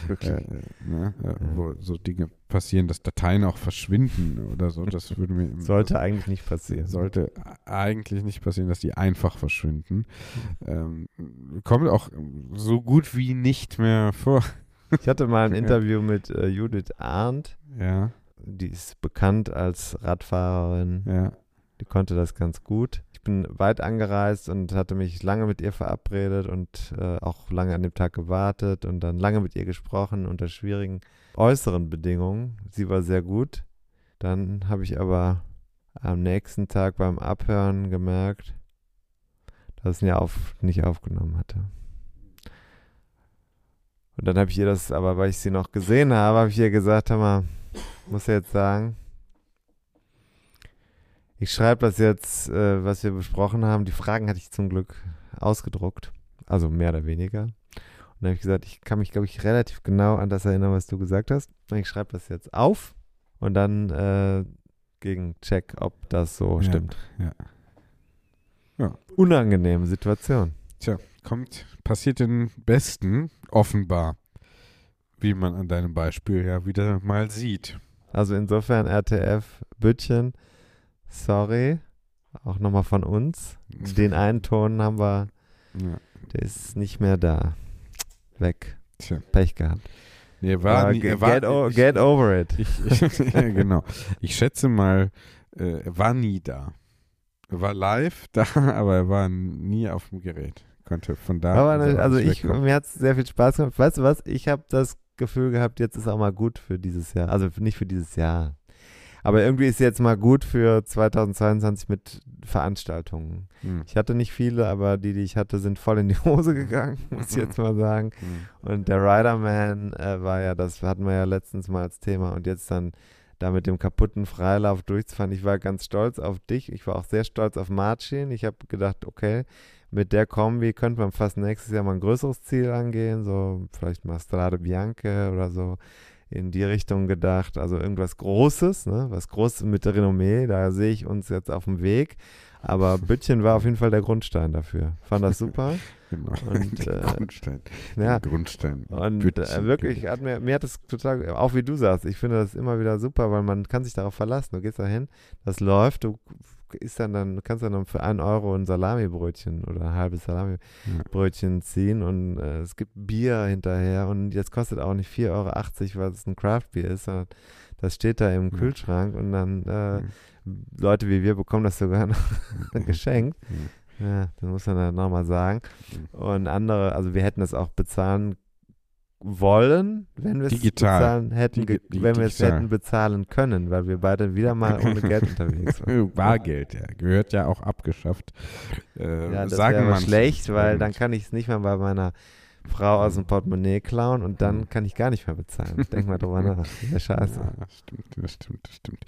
wo so Dinge passieren, dass Dateien auch verschwinden oder so. Das würde mir sollte eigentlich nicht passieren. Sollte eigentlich nicht passieren, dass die einfach verschwinden. Kommt auch so gut wie nicht mehr vor. Ich hatte mal ein Interview mit Judith Arndt. Ja. Die ist bekannt als Radfahrerin. Ja. Die konnte das ganz gut. Ich bin weit angereist und hatte mich lange mit ihr verabredet und auch lange an dem Tag gewartet und dann lange mit ihr gesprochen unter schwierigen äußeren Bedingungen. Sie war sehr gut. Dann habe ich aber am nächsten Tag beim Abhören gemerkt, dass es nicht aufgenommen hatte. Und dann habe ich ihr das, aber weil ich sie noch gesehen habe ich ihr gesagt, hör mal, muss jetzt sagen, ich schreibe das jetzt, was wir besprochen haben. Die Fragen hatte ich zum Glück ausgedruckt, also mehr oder weniger. Und dann habe ich gesagt, ich kann mich, glaube ich, relativ genau an das erinnern, was du gesagt hast. Und ich schreibe das jetzt auf und dann gegen Check, ob das so stimmt. Ja. Unangenehme Situation. Tja, passiert den Besten, offenbar, wie man an deinem Beispiel ja wieder mal sieht. Also insofern RTF, Büttchen, sorry, auch nochmal von uns. Den einen Ton haben wir, der ist nicht mehr da. Weg. Tja. Pech gehabt. Nee, get over it. Genau. Ich schätze mal, er war nie da. Er war live da, aber er war nie auf dem Gerät. Konnte von da. Aber mir hat es sehr viel Spaß gemacht. Weißt du was? Ich habe das Gefühl gehabt, jetzt ist auch mal gut für dieses Jahr. Also nicht für dieses Jahr. Aber irgendwie ist jetzt mal gut für 2022 mit Veranstaltungen. Ich hatte nicht viele, aber die ich hatte, sind voll in die Hose gegangen, muss ich jetzt mal sagen. Und der Riderman war ja, das hatten wir ja letztens mal als Thema. Und jetzt dann da mit dem kaputten Freilauf durchzufahren. Ich war ganz stolz auf dich. Ich war auch sehr stolz auf Marcin. Ich habe gedacht, okay, mit der Kombi könnte man fast nächstes Jahr mal ein größeres Ziel angehen. So vielleicht mal Strade Bianche oder so. In die Richtung gedacht, also irgendwas Großes, ne? Was Großes mit der Renommee, da sehe ich uns jetzt auf dem Weg, aber Büttchen war auf jeden Fall der Grundstein dafür. Fand das super. Genau, und, Grundstein. Ja, Grundstein. Und wirklich, mir hat es total, auch wie du sagst, ich finde das immer wieder super, weil man kann sich darauf verlassen. Du gehst da hin, das läuft, du kannst dann für 1 Euro ein Salamibrötchen oder ein halbes Salamibrötchen ziehen und es gibt Bier hinterher und das kostet auch nicht 4,80 Euro, weil es ein Craft-Bier ist, sondern das steht da im Kühlschrank und dann Leute wie wir bekommen das sogar noch geschenkt. Ja, das muss man dann nochmal sagen. Und andere, also wir hätten das auch bezahlen wollen, wenn wir es bezahlen hätten, wenn wir es hätten bezahlen können, weil wir beide wieder mal ohne Geld unterwegs waren. Bargeld, ja, gehört ja auch abgeschafft. Ja, das wäre aber schlecht, weil dann kann ich es nicht mehr bei meiner Frau aus dem Portemonnaie klauen und dann kann ich gar nicht mehr bezahlen. Denk mal drüber nach. Das ist scheiße. Ja, das stimmt.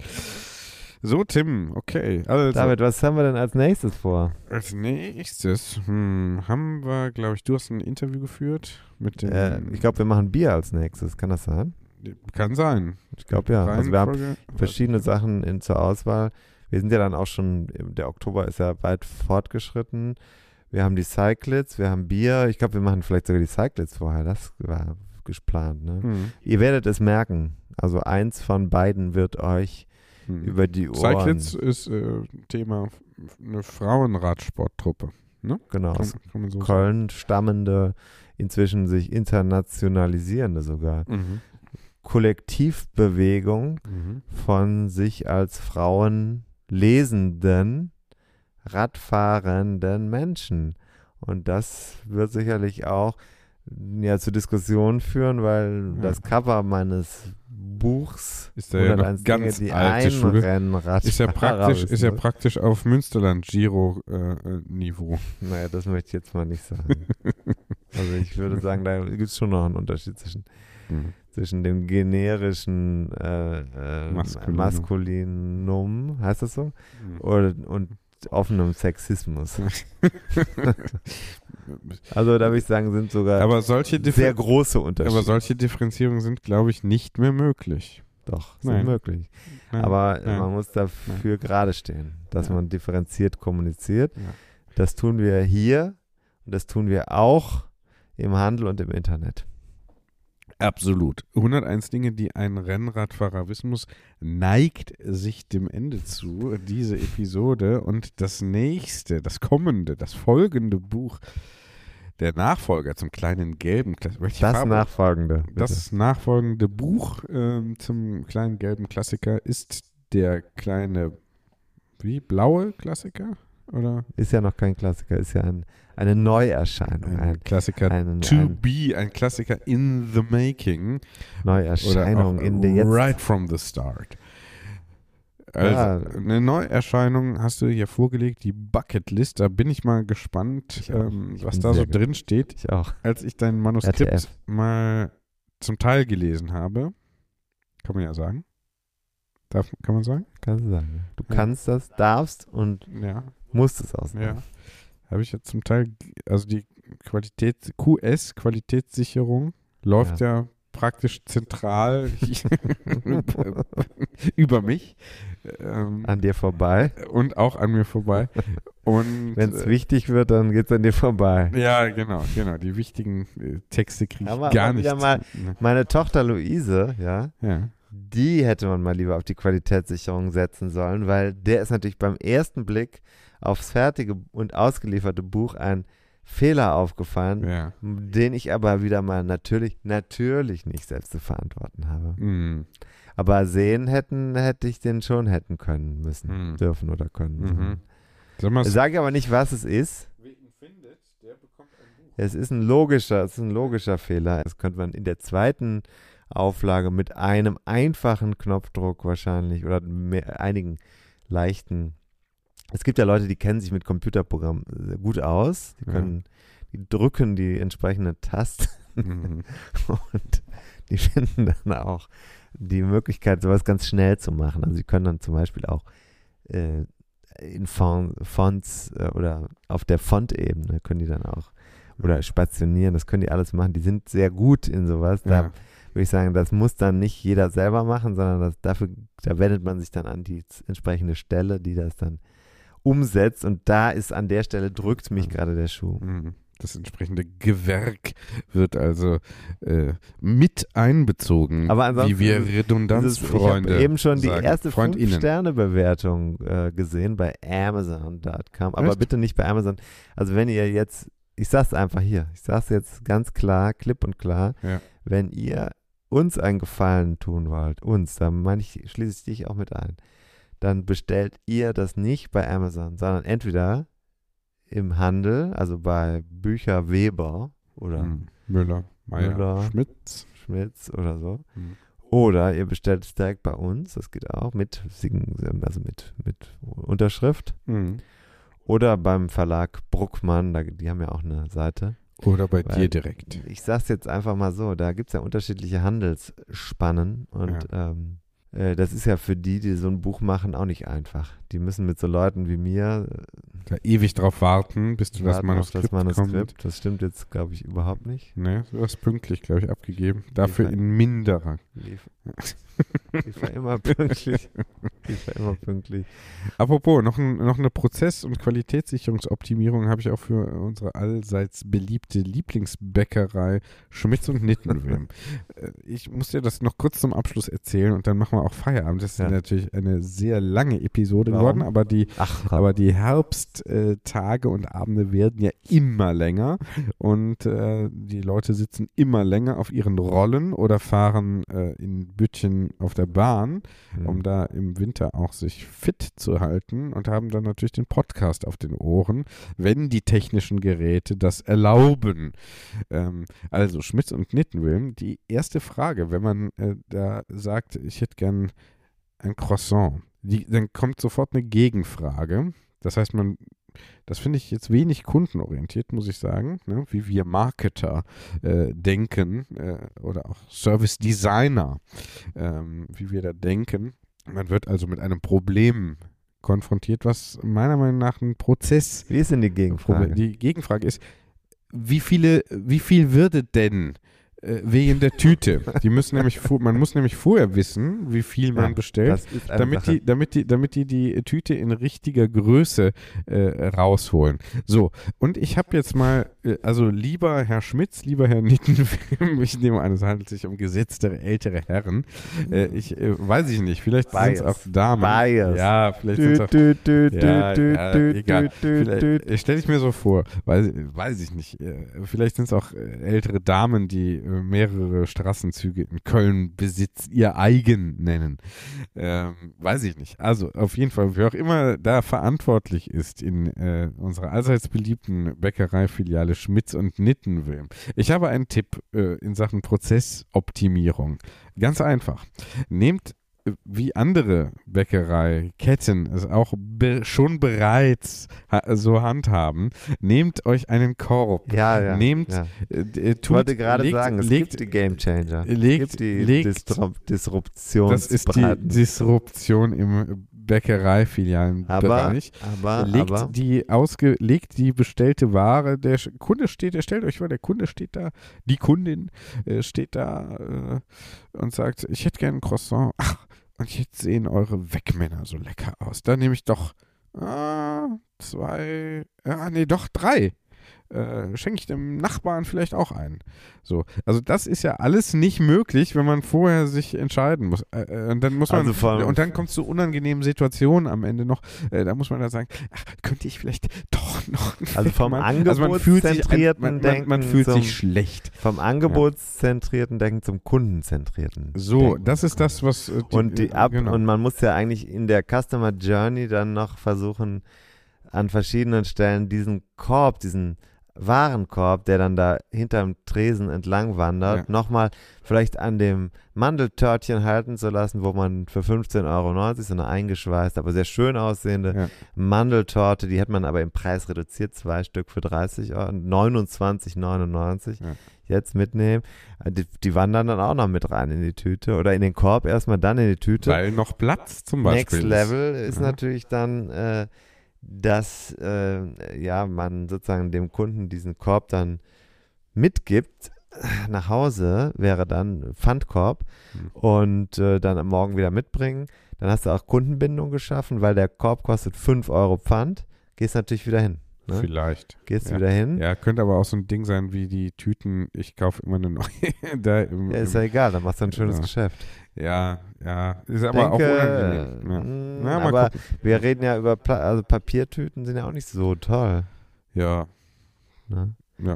So, Tim, okay. Also, David, was haben wir denn als nächstes vor? Als nächstes haben wir, glaube ich, du hast ein Interview geführt mit dem... ich glaube, wir machen Bier als nächstes. Kann das sein? Kann sein. Ich glaube, ja. Also wir haben verschiedene Sachen zur Auswahl. Wir sind ja dann auch schon, der Oktober ist ja weit fortgeschritten. Wir haben die Cyclists, wir haben Bier. Ich glaube, wir machen vielleicht sogar die Cyclists vorher. Das war geplant. Ne? Ihr werdet es merken. Also eins von beiden wird euch über die Ohren. Cyclists ist Thema eine Frauenradsporttruppe. Ne? Genau, aus kann man so Köln stammende, inzwischen sich internationalisierende sogar Kollektivbewegung von sich als Frauen lesenden, radfahrenden Menschen. Und das wird sicherlich auch ja zu Diskussionen führen, weil das Cover meines Buchs ist ja noch ganz die alte Schule. Ist ja praktisch auf Münsterland-Giro-Niveau. Naja, das möchte ich jetzt mal nicht sagen. Also ich würde sagen, da gibt es schon noch einen Unterschied zwischen dem generischen Maskulinum, heißt das so? Und offenem Sexismus. Also da würde ich sagen, sind sogar sehr große Unterschiede. Aber solche Differenzierungen sind, glaube ich, nicht mehr möglich. Doch, sind möglich. Aber man muss dafür gerade stehen, dass man differenziert kommuniziert. Ja. Das tun wir hier und das tun wir auch im Handel und im Internet. Absolut. 101 Dinge, die ein Rennradfahrer wissen muss, neigt sich dem Ende zu, diese Episode. Und das nächste, das folgende Buch, der Nachfolger zum kleinen gelben Das nachfolgende Buch zum kleinen gelben Klassiker ist der kleine, blaue Klassiker? Oder? Ist ja noch kein Klassiker, ist ja eine Neuerscheinung. Ein Klassiker ein Klassiker in the making. Neuerscheinung in der jetzt. Right from the start. Also, eine Neuerscheinung hast du hier vorgelegt, die Bucketlist. Da bin ich mal gespannt, was da so drin steht. Ich auch. Als ich dein Manuskript mal zum Teil gelesen habe, kann man ja sagen. Kann man sagen? Kannst du sagen. Du kannst das, darfst und musst es aussagen. Ja. Habe ich ja zum Teil, also die Qualitätssicherung läuft ja praktisch zentral über mich. An dir vorbei. Und auch an mir vorbei. Und wenn es wichtig wird, dann geht es an dir vorbei. Ja, genau. Die wichtigen Texte kriege ich gar nicht. Meine Tochter Luise, die hätte man mal lieber auf die Qualitätssicherung setzen sollen, weil der ist natürlich beim ersten Blick aufs fertige und ausgelieferte Buch ein Fehler aufgefallen, den ich aber wieder mal natürlich nicht selbst zu verantworten habe. Aber sehen hätte ich den schon hätten können dürfen oder können. Ich sage aber nicht, was es ist. Es ist ein logischer Fehler. Das könnte man in der zweiten Auflage mit einem einfachen Knopfdruck wahrscheinlich oder einigen leichten. Es gibt ja Leute, die kennen sich mit Computerprogrammen gut aus. Die drücken die entsprechenden Tasten und die finden dann auch die Möglichkeit, sowas ganz schnell zu machen. Also sie können dann zum Beispiel auch in Fonts oder auf der Fontebene können die dann auch oder spationieren, das können die alles machen. Die sind sehr gut in sowas. Da würde ich sagen, das muss dann nicht jeder selber machen, sondern da wendet man sich dann an die entsprechende Stelle, die das dann umsetzt und da ist an der Stelle drückt mich gerade der Schuh. Das entsprechende Gewerk wird also mit einbezogen, aber wie wir Redundanzfreunde Ich habe eben schon sagen. die erste 5-Sterne-Bewertung gesehen bei Amazon.com, aber bitte nicht bei Amazon. Also wenn ihr jetzt, ich sag's einfach hier, ich sag's jetzt ganz klar, klipp und klar, wenn ihr uns einen Gefallen tun wollt, da meine ich, schließe ich dich auch mit ein, dann bestellt ihr das nicht bei Amazon, sondern entweder im Handel, also bei Bücher Weber oder Müller, Meier, Schmitz oder so. Oder ihr bestellt es direkt bei uns, das geht auch, mit Unterschrift. Oder beim Verlag Bruckmann, die haben ja auch eine Seite. Oder bei dir direkt. Ich sag's jetzt einfach mal so, da gibt es ja unterschiedliche Handelsspannen und das ist ja für die so ein Buch machen, auch nicht einfach. Die müssen mit so Leuten wie mir da ewig drauf warten, bis du das Manuskript kommt. Das stimmt jetzt, glaube ich, überhaupt nicht. Nee, du hast pünktlich, glaube ich, abgegeben. Dafür in minderer. Ich war immer pünktlich. Apropos, noch eine Prozess- und Qualitätssicherungsoptimierung habe ich auch für unsere allseits beliebte Lieblingsbäckerei Schmitz und Nittenwim. Ich muss dir das noch kurz zum Abschluss erzählen und dann machen wir auch Feierabend. Das ist natürlich eine sehr lange Episode geworden, aber die Herbsttage und Abende werden ja immer länger und die Leute sitzen immer länger auf ihren Rollen oder fahren in Büttchen auf der der Bahn, um da im Winter auch sich fit zu halten und haben dann natürlich den Podcast auf den Ohren, wenn die technischen Geräte das erlauben. Also Schmitz und Nittenwilm, die erste Frage, wenn man da sagt, ich hätte gern ein Croissant, dann kommt sofort eine Gegenfrage. Das heißt, das finde ich jetzt wenig kundenorientiert, muss ich sagen, ne? Wie wir Marketer denken oder auch Service Designer, wie wir da denken. Man wird also mit einem Problem konfrontiert, was meiner Meinung nach ein Prozess. Wie ist denn die Gegenfrage? Die Gegenfrage ist, wie viel würde denn wegen der Tüte. Man muss nämlich vorher wissen, wie viel man bestellt, damit die Tüte in richtiger Größe rausholen. So, und ich habe jetzt mal, also lieber Herr Schmitz, lieber Herr Nittenwilm, ich nehme an, es handelt sich um gesetzte ältere Herren. Weiß ich nicht, vielleicht sind es auch Damen. Bias. Ja, vielleicht sind es auch egal. Stelle ich mir so vor, weiß ich nicht. Vielleicht sind es auch ältere Damen, die mehrere Straßenzüge in Köln ihr eigen nennen. Weiß ich nicht. Also auf jeden Fall, wer auch immer da verantwortlich ist in unserer allseits beliebten Bäckereifiliale Schmitz und Nittenwilm. Ich habe einen Tipp in Sachen Prozessoptimierung. Ganz einfach. Nehmt wie andere Bäckereiketten es auch schon bereits so handhaben, nehmt euch einen Korb. Ja. Nehmt, ich wollte gerade sagen, es gibt die Game Changer. Es gibt die Disruptionsberatung. Das ist die Disruption im Bäckereifilialenbereich. Legt die bestellte Ware, der Kunde steht, stellt euch vor, der Kunde steht da, die Kundin steht da und sagt, ich hätte gerne ein Croissant. Ach, und jetzt sehen eure Wegmänner so lecker aus. Da nehme ich doch 3. Schenke ich dem Nachbarn vielleicht auch einen. So, also das ist ja alles nicht möglich, wenn man vorher sich entscheiden muss. Und dann muss man und dann kommt es zu unangenehmen Situationen am Ende noch. Da muss man dann sagen, ach, könnte ich vielleicht doch noch. Also vom angebotszentrierten Denken, man fühlt sich schlecht. Vom angebotszentrierten Denken zum kundenzentrierten. So, Denken. Das ist das, was und man muss ja eigentlich in der Customer Journey dann noch versuchen, an verschiedenen Stellen diesen Warenkorb, der dann da hinterm Tresen entlang wandert, nochmal vielleicht an dem Mandeltörtchen halten zu lassen, wo man für 15,90 € so eine eingeschweißt, aber sehr schön aussehende Mandeltorte, die hat man aber im Preis reduziert, 2 Stück für 30 €, 29,99 € jetzt mitnehmen. Die wandern dann auch noch mit rein in die Tüte oder in den Korb erstmal, dann in die Tüte. Weil noch Platz zum Beispiel Next Level ist natürlich dann dass man sozusagen dem Kunden diesen Korb dann mitgibt nach Hause, wäre dann Pfandkorb und dann am Morgen wieder mitbringen. Dann hast du auch Kundenbindung geschaffen, weil der Korb kostet 5 € Pfand. Gehst natürlich wieder hin. Ne? Vielleicht. Gehst du wieder hin. Ja, könnte aber auch so ein Ding sein wie die Tüten, ich kaufe immer eine neue. Ist ja egal, dann machst du ein schönes Geschäft. Ja, ist aber auch unangenehm. Aber wir reden ja über, also Papiertüten sind ja auch nicht so toll. Ja. Ne? Ja.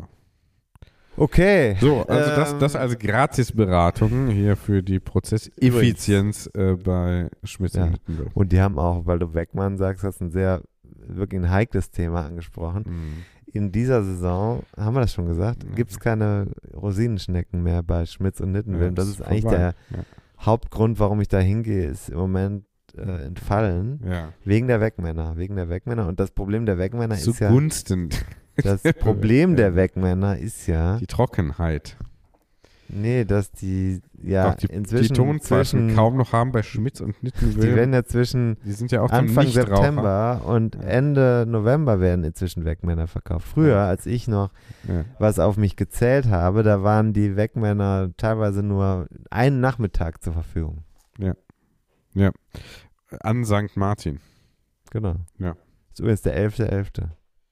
Okay. So, also das als Gratisberatung hier für die Prozesseffizienz bei Schmitz und Nittenwilm. Und die haben auch, weil du Wegmann sagst, hast wirklich ein heikles Thema angesprochen. In dieser Saison, haben wir das schon gesagt, gibt es keine Rosinenschnecken mehr bei Schmitz und Nittenwilm. Das ist eigentlich der Hauptgrund, warum ich da hingehe, ist im Moment entfallen. Ja. Wegen der Wegmänner. Und das Problem der Wegmänner ist ja... Zugunsten. Das Problem der Wegmänner ist ja... Die Trockenheit. Nee, dass die inzwischen die Tonflaschen kaum noch haben bei Schmitz und Nittenwilm. Die werden ja die sind ja auch Anfang September und Ende November werden inzwischen Wegmänner verkauft. Früher, als ich noch was auf mich gezählt habe, da waren die Wegmänner teilweise nur einen Nachmittag zur Verfügung. Ja. An St. Martin. Genau. Ja. Das ist übrigens der 11.11.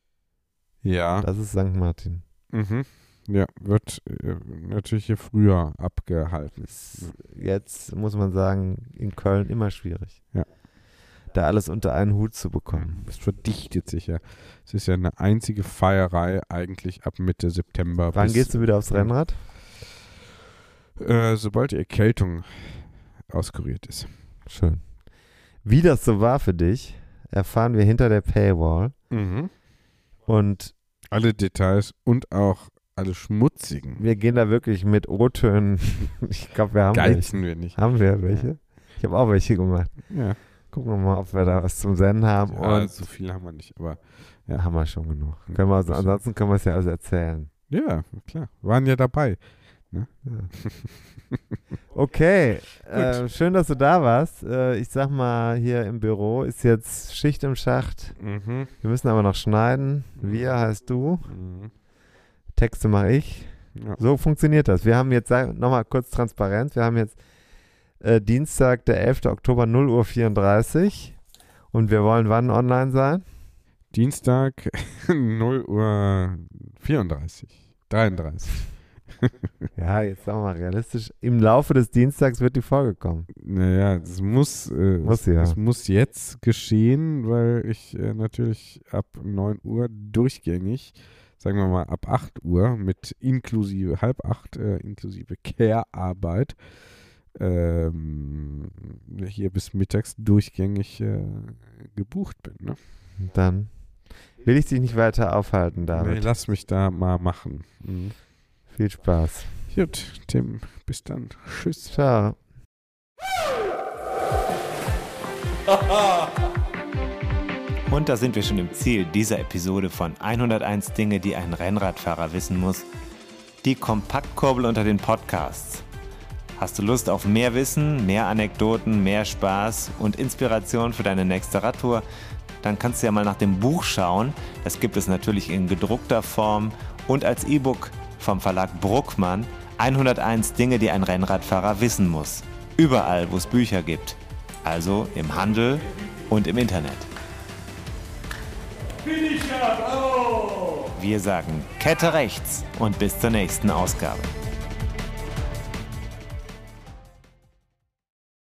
Ja. Das ist St. Martin. Mhm. Ja, wird natürlich hier früher abgehalten. Jetzt muss man sagen, in Köln immer schwierig. Ja. Da alles unter einen Hut zu bekommen. Es verdichtet sich ja. Es ist ja eine einzige Feierei eigentlich ab Mitte September. Wann gehst du wieder aufs Rennrad? Sobald die Erkältung auskuriert ist. Schön. Wie das so war für dich, erfahren wir hinter der Paywall. Und alle Details und auch alle schmutzigen. Wir gehen da wirklich mit O-Tönen. Ich glaube, wir haben Geizen welche. Wir nicht. Haben wir welche? Ich habe auch welche gemacht. Ja. Gucken wir mal, ob wir da was zum Senden haben. Ja, und so viel haben wir nicht, aber ja, haben wir schon genug. Ansonsten können wir es ja alles erzählen. Ja, klar. Waren ja dabei. Ne? Ja. Okay, schön, dass du da warst. Ich sag mal, hier im Büro ist jetzt Schicht im Schacht. Wir müssen aber noch schneiden. Wir heißt du. Texte mache ich. Ja. So funktioniert das. Wir haben jetzt, nochmal kurz Transparenz, wir haben jetzt Dienstag, der 11. Oktober, 0:34 Uhr. Und wir wollen wann online sein? Dienstag, 0:34 Uhr. 33. Ja, jetzt sagen wir mal realistisch. Im Laufe des Dienstags wird die Folge kommen. Naja, das muss jetzt geschehen, weil ich natürlich ab 9 Uhr durchgängig, sagen wir mal ab 8 Uhr mit inklusive, 7:30, inklusive Care-Arbeit, hier bis mittags durchgängig gebucht bin. Ne? Dann will ich dich nicht weiter aufhalten, David. Nee, lass mich da mal machen. Viel Spaß. Gut, Tim, bis dann. Tschüss. Ciao. Und da sind wir schon im Ziel dieser Episode von 101 Dinge, die ein Rennradfahrer wissen muss. Die Kompaktkurbel unter den Podcasts. Hast du Lust auf mehr Wissen, mehr Anekdoten, mehr Spaß und Inspiration für deine nächste Radtour? Dann kannst du ja mal nach dem Buch schauen. Das gibt es natürlich in gedruckter Form und als E-Book vom Verlag Bruckmann. 101 Dinge, die ein Rennradfahrer wissen muss. Überall, wo es Bücher gibt. Also im Handel und im Internet. Wir sagen Kette rechts und bis zur nächsten Ausgabe.